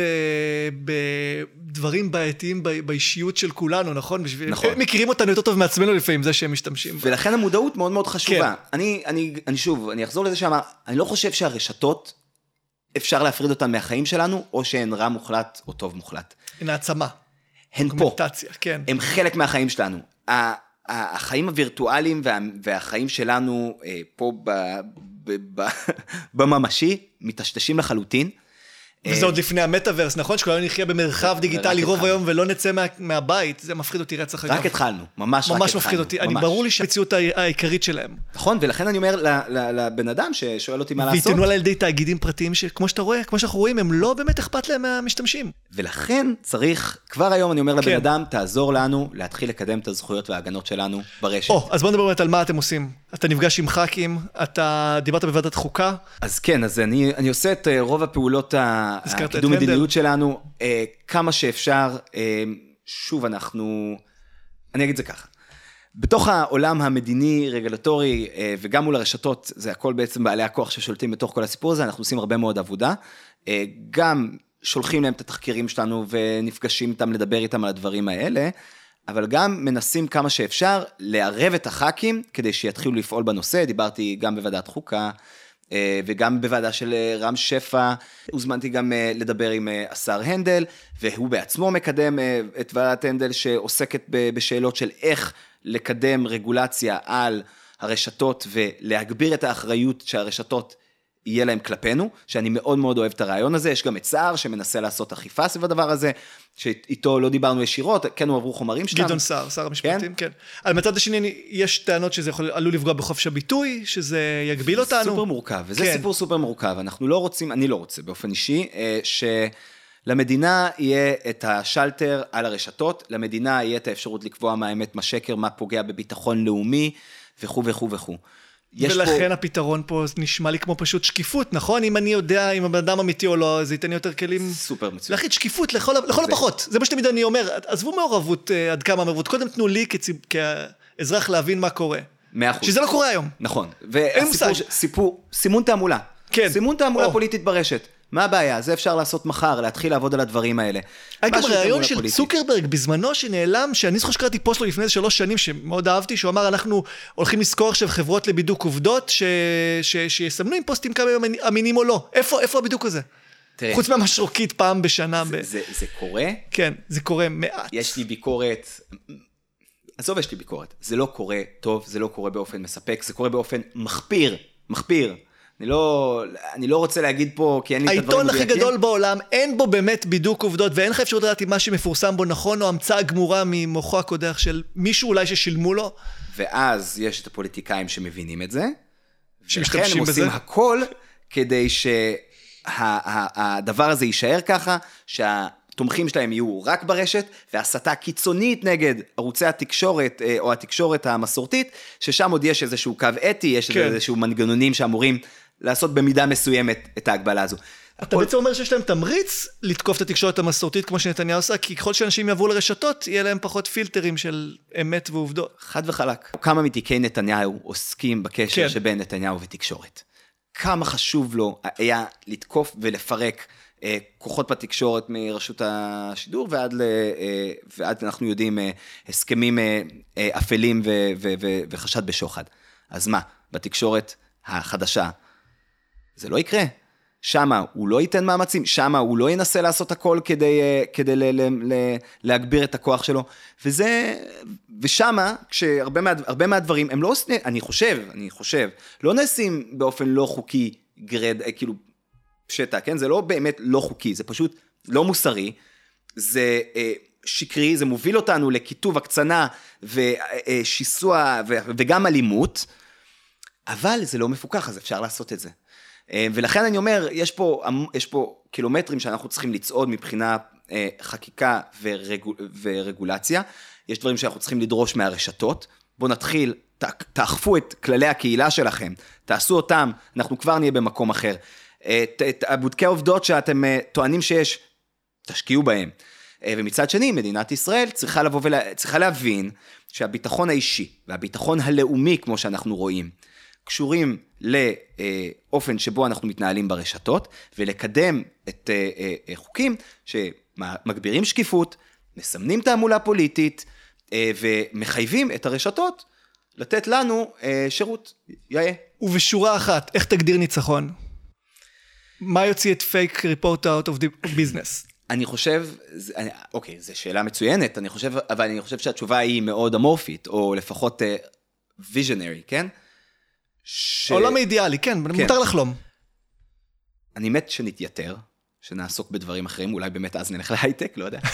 Speaker 2: בדברים בעייתיים באישיות של כולנו, נכון?
Speaker 3: נכון.
Speaker 2: הם מכירים אותנו יותר טוב מעצמנו לפעמים, זה שהם משתמשים.
Speaker 3: ולכן המודעות מאוד מאוד חשובה.
Speaker 2: כן.
Speaker 3: אני, אני, אני שוב, אני אחזור לזה שאמר, אני לא חושב שהרשתות, אפשר להפריד אותן מהחיים שלנו, או שהן רע מוחלט או טוב מוחלט.
Speaker 2: הן העצמה.
Speaker 3: הן פה.
Speaker 2: כן.
Speaker 3: הם חלק מהחיים שלנו. החיים הווירטואליים וה, והחיים שלנו פה ב, ב, ב, בממשי, מתשתשים לחלוטין.
Speaker 2: וזה עוד לפני המטאברס, נכון? שכולנו נחיה במרחב דיגיטלי רוב היום ולא נצא מה, מהבית, זה מפחיד אותי רצח אגב.
Speaker 3: רק התחלנו, ממש רק
Speaker 2: ממש מפחיד אותי, אני ברור לי שהמציאות העיקרית שלהם.
Speaker 3: נכון, ולכן אני אומר לבן אדם ששואל אותי מה לעשות.
Speaker 2: והתנו על ידי תאגידים פרטיים שכמו שאתה רואה, כמו שאנחנו רואים, הם לא באמת אכפת להם מהמשתמשים.
Speaker 3: ולכן צריך, כבר היום אני אומר לבן אדם, תעזור לנו להתחיל לקדם את הזכויות וההגנות שלנו ברשת.
Speaker 2: או, אז בוא נדבר באמת על מה אתם עושים. אתה נפגש עם ח"כים, אתה דיברת בוועדת חוקה.
Speaker 3: אז כן, אז אני, אני עושה את רוב הפעולות הקידום מדיניות שלנו, כמה שאפשר. שוב, אנחנו, אני אגיד זה ככה. בתוך העולם המדיני, רגולטורי, וגם מול הרשתות, זה הכל בעצם בעלי הכוח ששולטים בתוך כל הסיפור הזה, אנחנו עושים הרבה מאוד עבודה. גם שולחים להם את התחקירים שלנו, ונפגשים איתם לדבר איתם על הדברים האלה, אבל גם מנסים כמה שאפשר לערב את הח"כים, כדי שיתחילו לפעול בנושא. דיברתי גם בוועדת חוקה, וגם בוועדה של רם שפע, הוזמנתי גם לדבר עם השר הנדל, והוא בעצמו מקדם את ועדת הנדל שעוסקת בשאלות של איך לקדם רגולציה על הרשתות ולהגביר את האחריות שהרשתות יהיה להם כלפינו, שאני מאוד מאוד אוהב את הרעיון הזה. יש גם את סער שמנסה לעשות אכיפה סביב הדבר הזה, שאיתו לא דיברנו ישירות, כן הוא עברו חומרים שלנו.
Speaker 2: גדעון סער, שר המשפטים, כן. כן. על מצד השני, יש טענות שזה יכול, עלול לפגוע בחופש הביטוי, שזה יגביל אותנו.
Speaker 3: סופר מורכב, וזה כן. סיפור סופר מורכב. אנחנו לא רוצים, אני לא רוצה באופן אישי, שלמדינה יהיה את השלטר על הרשתות, למדינה יהיה את האפשרות לקבוע מה האמת, מה שקר, מה פוגע בביטחון לאומי, וכו' וכו' וכו'.
Speaker 2: ולכן
Speaker 3: פה...
Speaker 2: הפתרון פה נשמע לי כמו פשוט שקיפות, נכון? אם אני יודע אם הבן אדם אמיתי או לא, זה ייתן לי יותר כלים.
Speaker 3: סופר מצוין.
Speaker 2: להחליט שקיפות לכל, לכל ו... הפחות. זה מה שתמיד אני אומר, עזבו מעורבות, עד כמה מעורבות. קודם תנו לי כציב, כאזרח להבין מה קורה.
Speaker 3: מאה אחוז.
Speaker 2: שזה לא קורה היום.
Speaker 3: נכון. והסיפור, סיפור, סימון תעמולה.
Speaker 2: כן.
Speaker 3: סימון תעמולה
Speaker 2: או.
Speaker 3: פוליטית ברשת. מה הבעיה? זה אפשר לעשות מחר, להתחיל לעבוד על הדברים האלה.
Speaker 2: אגב, רעיון של פוליטית. צוקרברג, בזמנו שנעלם, שאני זוכר שקראתי פוסט לו לפני איזה שלוש שנים, שמאוד אהבתי, שהוא אמר, אנחנו הולכים לזכור עכשיו חברות לבידוק עובדות, ש... ש... שיסמנו עם פוסטים כמה אמינים או לא. איפה, איפה הבידוק הזה? תראה, חוץ מהמשרוקית פעם בשנה.
Speaker 3: זה,
Speaker 2: ב...
Speaker 3: זה, זה קורה?
Speaker 2: כן, זה קורה מעט.
Speaker 3: יש לי ביקורת, עזוב, יש לי ביקורת. זה לא קורה טוב, זה לא קורה באופן מספק, זה קורה באופן מחפיר, מחפיר. אני לא, אני לא רוצה להגיד פה, כי אין לי את הדברים
Speaker 2: העיתון הכי גדול בעולם, אין בו באמת בידוק עובדות, ואין לך אפשרות לדעת אם מה שמפורסם בו נכון, או המצאה גמורה ממוחו הקודח של מישהו אולי ששילמו לו.
Speaker 3: ואז יש את הפוליטיקאים שמבינים את זה, ולכן הם
Speaker 2: בזה.
Speaker 3: עושים הכל, כדי שהדבר הזה יישאר ככה, שהתומכים שלהם יהיו רק ברשת, והסתה קיצונית נגד ערוצי התקשורת, או התקשורת המסורתית, ששם עוד יש איזשהו קו אתי, יש כן. איזשהו מנגנונים שאמורים לעשות במידה מסוימת את ההגבלה הזו.
Speaker 2: אתה בעצם אומר שיש להם תמריץ לתקוף את התקשורת המסורתית כמו שנתניהו עושה, כי ככל שאנשים יעברו לרשתות, יהיה להם פחות פילטרים של אמת ועובדות.
Speaker 3: חד וחלק. כמה מתיקי נתניהו עוסקים בקשר
Speaker 2: כן.
Speaker 3: שבין נתניהו ותקשורת. כמה חשוב לו היה לתקוף ולפרק אה, כוחות בתקשורת מרשות השידור, ועד, ל, אה, ועד אנחנו יודעים אה, הסכמים אה, אה, אפלים ו, ו, ו, וחשד בשוחד. אז מה? בתקשורת החדשה זה לא יקרה. שמה הוא לא ייתן מאמצים, שמה הוא לא ינסה לעשות הכל כדי, כדי ל, ל, ל, להגביר את הכוח שלו, וזה, ושמה, כשהרבה מה, הרבה מהדברים, הם לא, אני חושב, אני חושב, לא נעשים באופן לא חוקי גרד, כאילו, שטע, כן? זה לא באמת לא חוקי, זה פשוט לא מוסרי, זה שקרי, זה מוביל אותנו לכיתוב הקצנה ושיסוע וגם אלימות, אבל זה לא מפוקח, אז אפשר לעשות את זה. ולכן אני אומר, יש פה, יש פה קילומטרים שאנחנו צריכים לצעוד מבחינה חקיקה ורגול, ורגולציה, יש דברים שאנחנו צריכים לדרוש מהרשתות, בואו נתחיל, תאכפו את כללי הקהילה שלכם, תעשו אותם, אנחנו כבר נהיה במקום אחר, את בודקי העובדות שאתם טוענים שיש, תשקיעו בהם, ומצד שני, מדינת ישראל צריכה לבוא וצריכה להבין, שהביטחון האישי, והביטחון הלאומי, כמו שאנחנו רואים, קשורים לאופן שבו אנחנו מתנהלים ברשתות, ולקדם את חוקים שמגבירים שקיפות, מסמנים תעמולה פוליטית, ומחייבים את הרשתות לתת לנו שירות יאה.
Speaker 2: ובשורה אחת, איך תגדיר ניצחון? מה יוציא את פייק ריפורט אאוט אוף ביזנס?
Speaker 3: אני חושב, אוקיי, זו שאלה מצוינת, אני חושב, אבל אני חושב שהתשובה היא מאוד אמורפית, או לפחות visionary, כן?
Speaker 2: העולם האידיאלי, כן, מותר לחלום.
Speaker 3: אני מת שנתייתר, שנעסוק בדברים אחרים, אולי באמת אז נלך להייטק, לא יודע.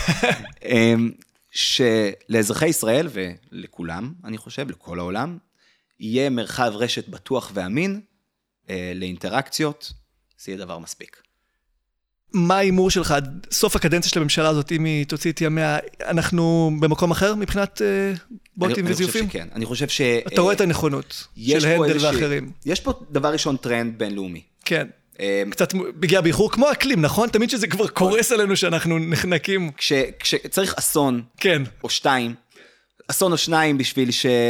Speaker 3: שלאזרחי ישראל ולכולם, אני חושב, לכל העולם, יהיה מרחב רשת בטוח ואמין לאינטראקציות, זה יהיה דבר מספיק.
Speaker 2: מה האימור שלך עד סוף הקדנציה של הממשלה הזאת, אם היא תוציא את ימיה, אנחנו במקום אחר מבחינת בוטים וזיופים?
Speaker 3: אני חושב שכן, אני חושב ש...
Speaker 2: אתה רואה את הנכונות של הנדל ואחרים.
Speaker 3: יש פה דבר ראשון טרנד בינלאומי.
Speaker 2: כן, קצת בגיע באיחור, כמו אקלים, נכון? תמיד שזה כבר קורס עלינו שאנחנו נחנקים.
Speaker 3: כשצריך אסון, או שתיים, אסון או שניים בשביל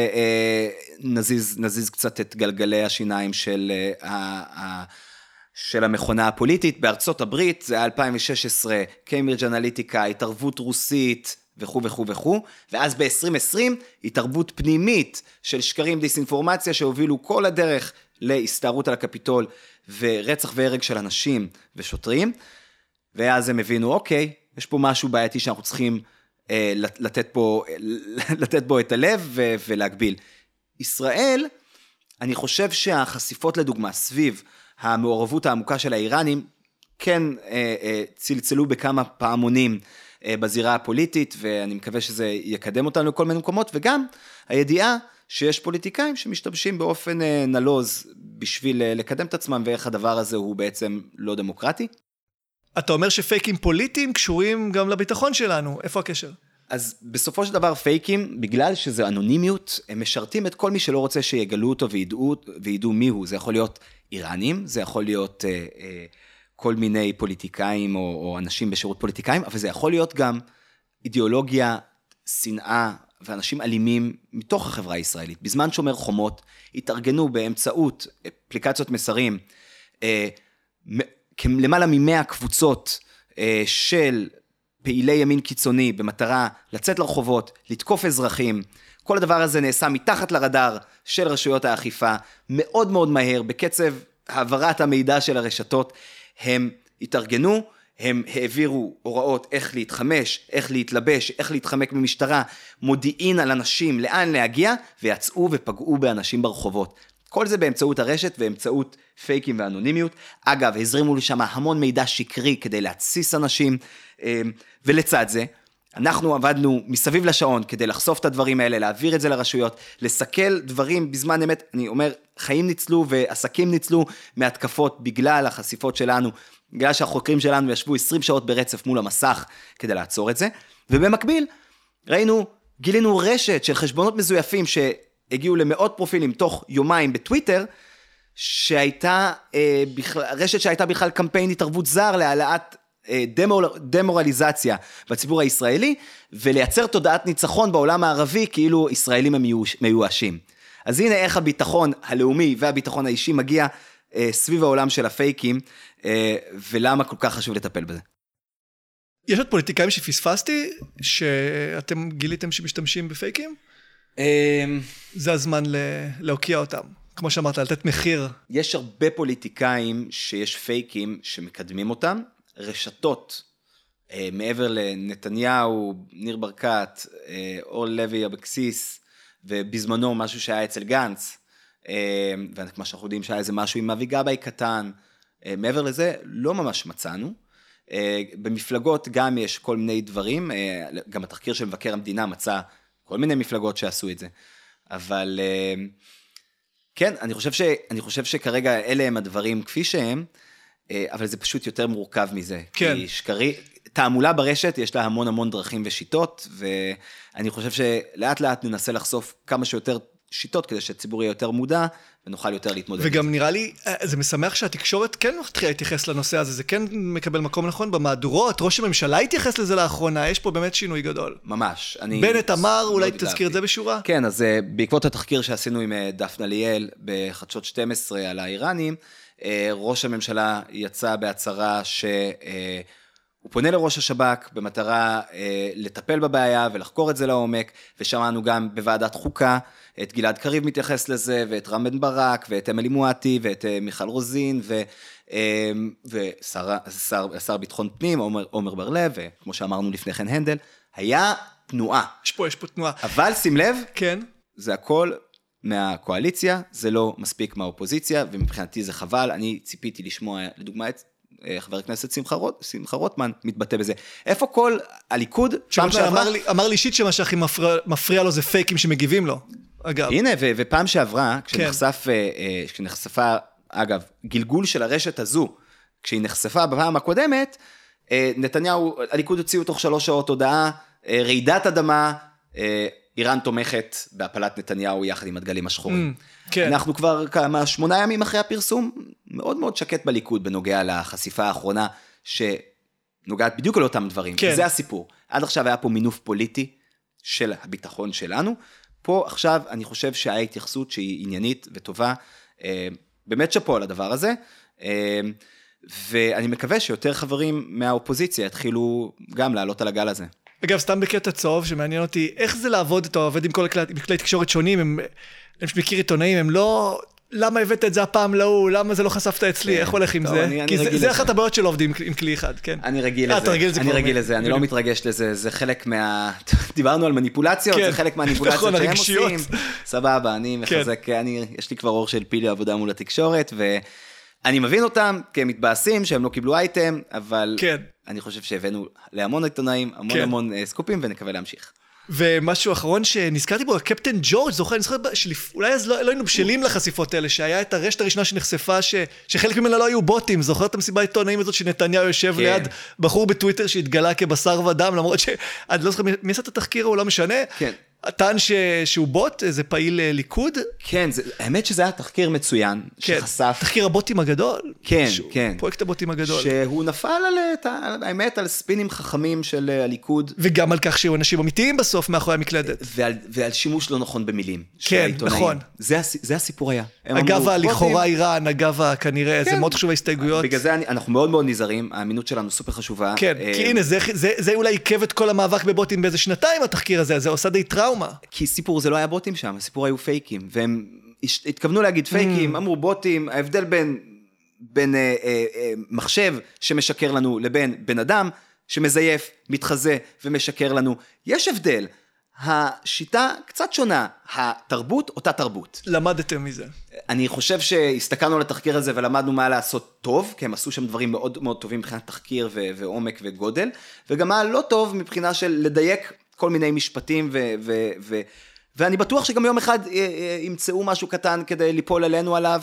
Speaker 3: שנזיז קצת את גלגלי השיניים של ה... של המכונה הפוליטית, בארצות הברית, זה היה אלפיים ושש עשרה, קיימברידג' אנליטיקה, התערבות רוסית, וכו' וכו' וכו', ואז ב-עשרים עשרים, התערבות פנימית של שקרים דיסאינפורמציה, שהובילו כל הדרך להסתערות על הקפיטול, ורצח והרג של אנשים ושוטרים, ואז הם הבינו, אוקיי, יש פה משהו בעייתי שאנחנו צריכים אה, לתת, פה, לתת בו את הלב ו- ולהגביל. ישראל, אני חושב שהחשיפות לדוגמה סביב, המעורבות העמוקה של האיראנים, כן אה, אה, צלצלו בכמה פעמונים אה, בזירה הפוליטית, ואני מקווה שזה יקדם אותנו לכל מיני מקומות, וגם הידיעה שיש פוליטיקאים שמשתמשים באופן אה, נלוז, בשביל אה, לקדם את עצמם, ואיך הדבר הזה הוא בעצם לא דמוקרטי.
Speaker 2: אתה אומר שפייקים פוליטיים קשורים גם לביטחון שלנו, איפה הקשר?
Speaker 3: אז בסופו של דבר פייקים, בגלל שזה אנונימיות, הם משרתים את כל מי שלא רוצה שיגלו אותו וידעו, וידעו מיהו. זה יכול להיות איראנים, זה יכול להיות אה, אה, כל מיני פוליטיקאים או, או אנשים בשירות פוליטיקאים, אבל זה יכול להיות גם אידיאולוגיה, שנאה ואנשים אלימים מתוך החברה הישראלית. בזמן שומר חומות, התארגנו באמצעות אפליקציות מסרים, אה, למעלה ממאה קבוצות אה, של פעילי ימין קיצוני במטרה לצאת לרחובות, לתקוף אזרחים. כל הדבר הזה נעשה מתחת לרדאר של רשויות האכיפה, מאוד מאוד מהר, בקצב העברת המידע של הרשתות. הם התארגנו, הם העבירו הוראות איך להתחמש, איך להתלבש, איך להתחמק ממשטרה, מודיעין על אנשים, לאן להגיע, ויצאו ופגעו באנשים ברחובות. כל זה באמצעות הרשת ואמצעות פייקים ואנונימיות. אגב, הזרימו לי שם המון מידע שקרי כדי להציס אנשים, ולצד זה, אנחנו עבדנו מסביב לשעון כדי לחשוף את הדברים האלה, להעביר את זה לרשויות, לסכל דברים בזמן אמת. אני אומר, חיים ניצלו ועסקים ניצלו מהתקפות בגלל החשיפות שלנו, בגלל שהחוקרים שלנו ישבו עשרים שעות ברצף מול המסך כדי לעצור את זה, ובמקביל ראינו, גילינו רשת של חשבונות מזויפים שהגיעו למאות פרופילים תוך יומיים בטוויטר, שהייתה, אה, בכלל, רשת שהייתה בכלל קמפיין התערבות זר להעלאת דמורליזציה בציבור הישראלי, ולייצר תודעת ניצחון בעולם הערבי, כאילו ישראלים הם מיואשים. אז הנה איך הביטחון הלאומי והביטחון האישי מגיע אה, סביב העולם של הפייקים, אה, ולמה כל כך חשוב לטפל בזה.
Speaker 2: יש עוד פוליטיקאים שפספסתי, שאתם גיליתם שמשתמשים בפייקים? זה הזמן להוקיע אותם. כמו שאמרת, לתת מחיר.
Speaker 3: יש הרבה פוליטיקאים שיש פייקים שמקדמים אותם, רשתות, מעבר לנתניהו, ניר ברקת, אור לוי אבקסיס, ובזמנו משהו שהיה אצל גנץ, וכמו שאנחנו יודעים שהיה איזה משהו עם אבי גבאי קטן, מעבר לזה לא ממש מצאנו. במפלגות גם יש כל מיני דברים, גם התחקיר של מבקר המדינה מצא כל מיני מפלגות שעשו את זה, אבל כן, אני חושב ש, אני חושב שכרגע אלה הם הדברים כפי שהם, אבל זה פשוט יותר מורכב מזה.
Speaker 2: כן.
Speaker 3: כי שקרי, תעמולה ברשת, יש לה המון המון דרכים ושיטות, ואני חושב שלאט לאט ננסה לחשוף כמה שיותר שיטות, כדי שהציבור יהיה יותר מודע, ונוכל יותר להתמודד.
Speaker 2: וגם נראה לי, זה משמח שהתקשורת כן מתחילה להתייחס לנושא הזה, זה כן מקבל מקום נכון במהדורות, ראש הממשלה התייחס לזה לאחרונה, יש פה באמת שינוי גדול.
Speaker 3: ממש.
Speaker 2: בנט אמר, אולי תזכיר את זה בשורה?
Speaker 3: כן, אז בעקבות התחקיר שעשינו עם דפנה ליאל, בחדשות שתים עשרה על האיראנים, ראש הממשלה יצא בהצהרה ש... הוא פונה לראש השב"כ במטרה אה, לטפל בבעיה ולחקור את זה לעומק, ושמענו גם בוועדת חוקה, את גלעד קריב מתייחס לזה, ואת רם בן ברק, ואת אמילי מואטי, ואת אה, מיכל רוזין, ו, אה, ושר שר, שר ביטחון פנים, עומר, עומר בר-לב, וכמו שאמרנו לפני כן הנדל, היה תנועה.
Speaker 2: יש פה, יש פה תנועה.
Speaker 3: אבל שים לב,
Speaker 2: כן.
Speaker 3: זה הכל מהקואליציה, זה לא מספיק מהאופוזיציה, ומבחינתי זה חבל, אני ציפיתי לשמוע לדוגמה את, חבר הכנסת שמחה, רוט, שמחה רוטמן מתבטא בזה. איפה כל הליכוד?
Speaker 2: פעם שעברה... אמר לי, אמר לי אישית שמה שהכי מפריע, מפריע לו זה פייקים שמגיבים לו, אגב.
Speaker 3: הנה, ו, ופעם שעברה, כשנחשף, כן. כשנחשפה, אגב, גלגול של הרשת הזו, כשהיא נחשפה בפעם הקודמת, נתניהו, הליכוד הוציאו תוך שלוש שעות הודעה, רעידת אדמה, איראן תומכת בהפלת נתניהו יחד עם הדגלים השחורים. Mm, כן. אנחנו כבר כמה שמונה ימים אחרי הפרסום, מאוד מאוד שקט בליכוד בנוגע לחשיפה האחרונה, שנוגעת בדיוק על אותם דברים. כן. זה הסיפור. עד עכשיו היה פה מינוף פוליטי של הביטחון שלנו. פה עכשיו אני חושב שההתייחסות שהיא עניינית וטובה, באמת שפה על הדבר הזה, ואני מקווה שיותר חברים מהאופוזיציה יתחילו גם לעלות על הגל הזה.
Speaker 2: אגב, סתם בקטע צהוב שמעניין אותי, איך זה לעבוד, אתה עובד עם כל כלי, עם כלי תקשורת שונים, הם, אני מכיר עיתונאים, הם לא, למה הבאת את זה הפעם להוא, למה זה לא חשפת אצלי, איך הולך עם זה? כי זה אחת הבעיות של עובדים עם כלי אחד, כן.
Speaker 3: אני רגיל לזה, אני רגיל לזה, אני לא מתרגש לזה, זה חלק מה, דיברנו על מניפולציות, זה חלק מהניפולציות שהם עושים, סבבה, אני מחזק, יש לי כבר אור של פילי עבודה מול התקשורת, ואני מבין אותם כמתבאסים שהם לא קיבלו אייטם, אבל אני חושב שהבאנו להמון עיתונאים, המון המון סקופים, ונקווה להמשיך.
Speaker 2: ומשהו אחרון שנזכרתי בו, הקפטן ג'ורג', זוכר, אני זוכר, אולי אז לא היינו בשלים לחשיפות האלה, שהיה את הרשת הראשונה שנחשפה, שחלק ממנה לא היו בוטים, זוכר את המסיבה העיתונאים הזאת, שנתניהו יושב ליד בחור בטוויטר שהתגלה כבשר ודם, למרות שאני לא זוכר, מי עשה את התחקיר, הוא לא משנה, טען שהוא בוט, איזה פעיל ליכוד.
Speaker 3: כן, האמת שזה היה תחקיר מצוין, שחשף...
Speaker 2: תחקיר הבוטים הגדול.
Speaker 3: כן, כן.
Speaker 2: פרויקט הבוטים הגדול.
Speaker 3: שהוא נפל על, האמת, על ספינים חכמים של הליכוד.
Speaker 2: וגם על כך שהיו אנשים אמיתיים בסוף מאחורי המקלדת.
Speaker 3: ועל, ועל שימוש לא נכון במילים.
Speaker 2: כן, נכון.
Speaker 3: זה, זה הסיפור היה.
Speaker 2: אגב, לכאורה איראן, אגב, כנראה, זה מאוד חשוב ההסתייגויות.
Speaker 3: בגלל זה אנחנו מאוד מאוד נזהרים, האמינות שלנו סופר חשובה.
Speaker 2: כן, כי הנה, זה, זה, זה אולי עיכב את כל המאבק בבוטים באיזה שנתיים, התחקיר הזה, זה עושה די טראומה.
Speaker 3: כי סיפור זה לא היה בוטים שם, הסיפור היו פייקים, והם התכוונו להגיד פייקים, אמרו בוטים, ההבדל בין, בין אה, אה, אה, מחשב שמשקר לנו לבין בן אדם שמזייף, מתחזה ומשקר לנו, יש הבדל. השיטה קצת שונה, התרבות אותה תרבות.
Speaker 2: למדתם מזה.
Speaker 3: אני חושב שהסתכלנו על התחקיר הזה ולמדנו מה לעשות טוב, כי הם עשו שם דברים מאוד מאוד טובים מבחינת תחקיר ו- ועומק וגודל, וגם מה לא טוב מבחינה של לדייק כל מיני משפטים, ו- ו- ו- ואני בטוח שגם יום אחד ימצאו משהו קטן כדי ליפול עלינו עליו.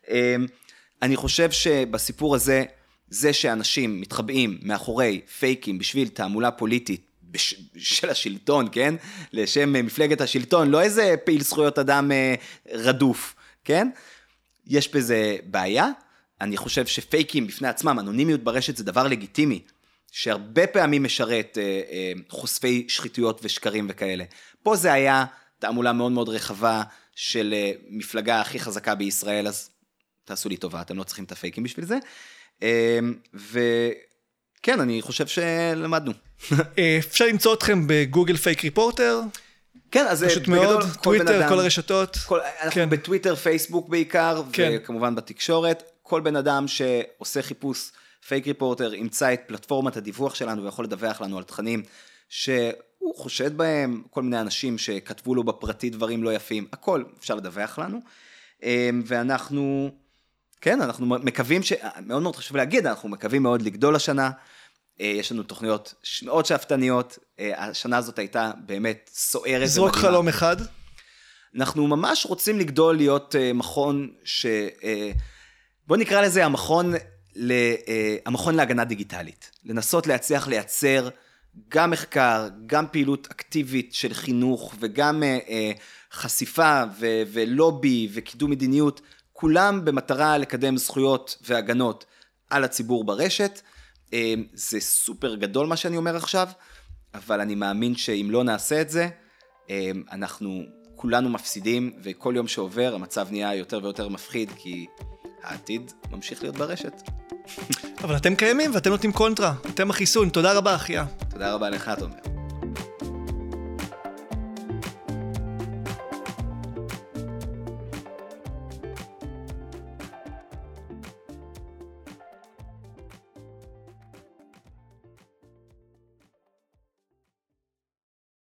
Speaker 3: אני חושב שבסיפור הזה, זה שאנשים מתחבאים מאחורי פייקים בשביל תעמולה פוליטית, של השלטון, כן? לשם מפלגת השלטון, לא איזה פעיל זכויות אדם רדוף, כן? יש בזה בעיה. אני חושב שפייקים בפני עצמם, אנונימיות ברשת זה דבר לגיטימי, שהרבה פעמים משרת חושפי שחיתויות ושקרים וכאלה. פה זה היה תעמולה מאוד מאוד רחבה של מפלגה הכי חזקה בישראל, אז תעשו לי טובה, אתם לא צריכים את הפייקים בשביל זה. ו... כן, אני חושב שלמדנו.
Speaker 2: אפשר למצוא אתכם בגוגל פייק ריפורטר?
Speaker 3: כן, אז
Speaker 2: פשוט מאוד, טוויטר, כל הרשתות.
Speaker 3: אנחנו בטוויטר, פייסבוק בעיקר, וכמובן בתקשורת. כל בן אדם שעושה חיפוש פייק ריפורטר, ימצא את פלטפורמת הדיווח שלנו, ויכול לדווח לנו על תכנים שהוא חושד בהם, כל מיני אנשים שכתבו לו בפרטי דברים לא יפים, הכל אפשר לדווח לנו. ואנחנו... כן, אנחנו מקווים ש... מאוד מאוד חשוב להגיד, אנחנו מקווים מאוד לגדול השנה, יש לנו תוכניות מאוד שאפתניות, השנה הזאת הייתה באמת סוערת.
Speaker 2: זרוק חלום אחד.
Speaker 3: אנחנו ממש רוצים לגדול להיות מכון ש... בוא נקרא לזה המכון למכון להגנה דיגיטלית. לנסות להצליח לייצר גם מחקר, גם פעילות אקטיבית של חינוך, וגם חשיפה ולובי וקידום מדיניות, כולם במטרה לקדם זכויות והגנות על הציבור ברשת. זה סופר גדול מה שאני אומר עכשיו, אבל אני מאמין שאם לא נעשה את זה, אנחנו כולנו מפסידים, וכל יום שעובר המצב נהיה יותר ויותר מפחיד, כי העתיד ממשיך להיות ברשת.
Speaker 2: אבל אתם קיימים ואתם נותנים קונטרה, אתם החיסון. תודה רבה, אחיה.
Speaker 3: תודה רבה לך, תומר.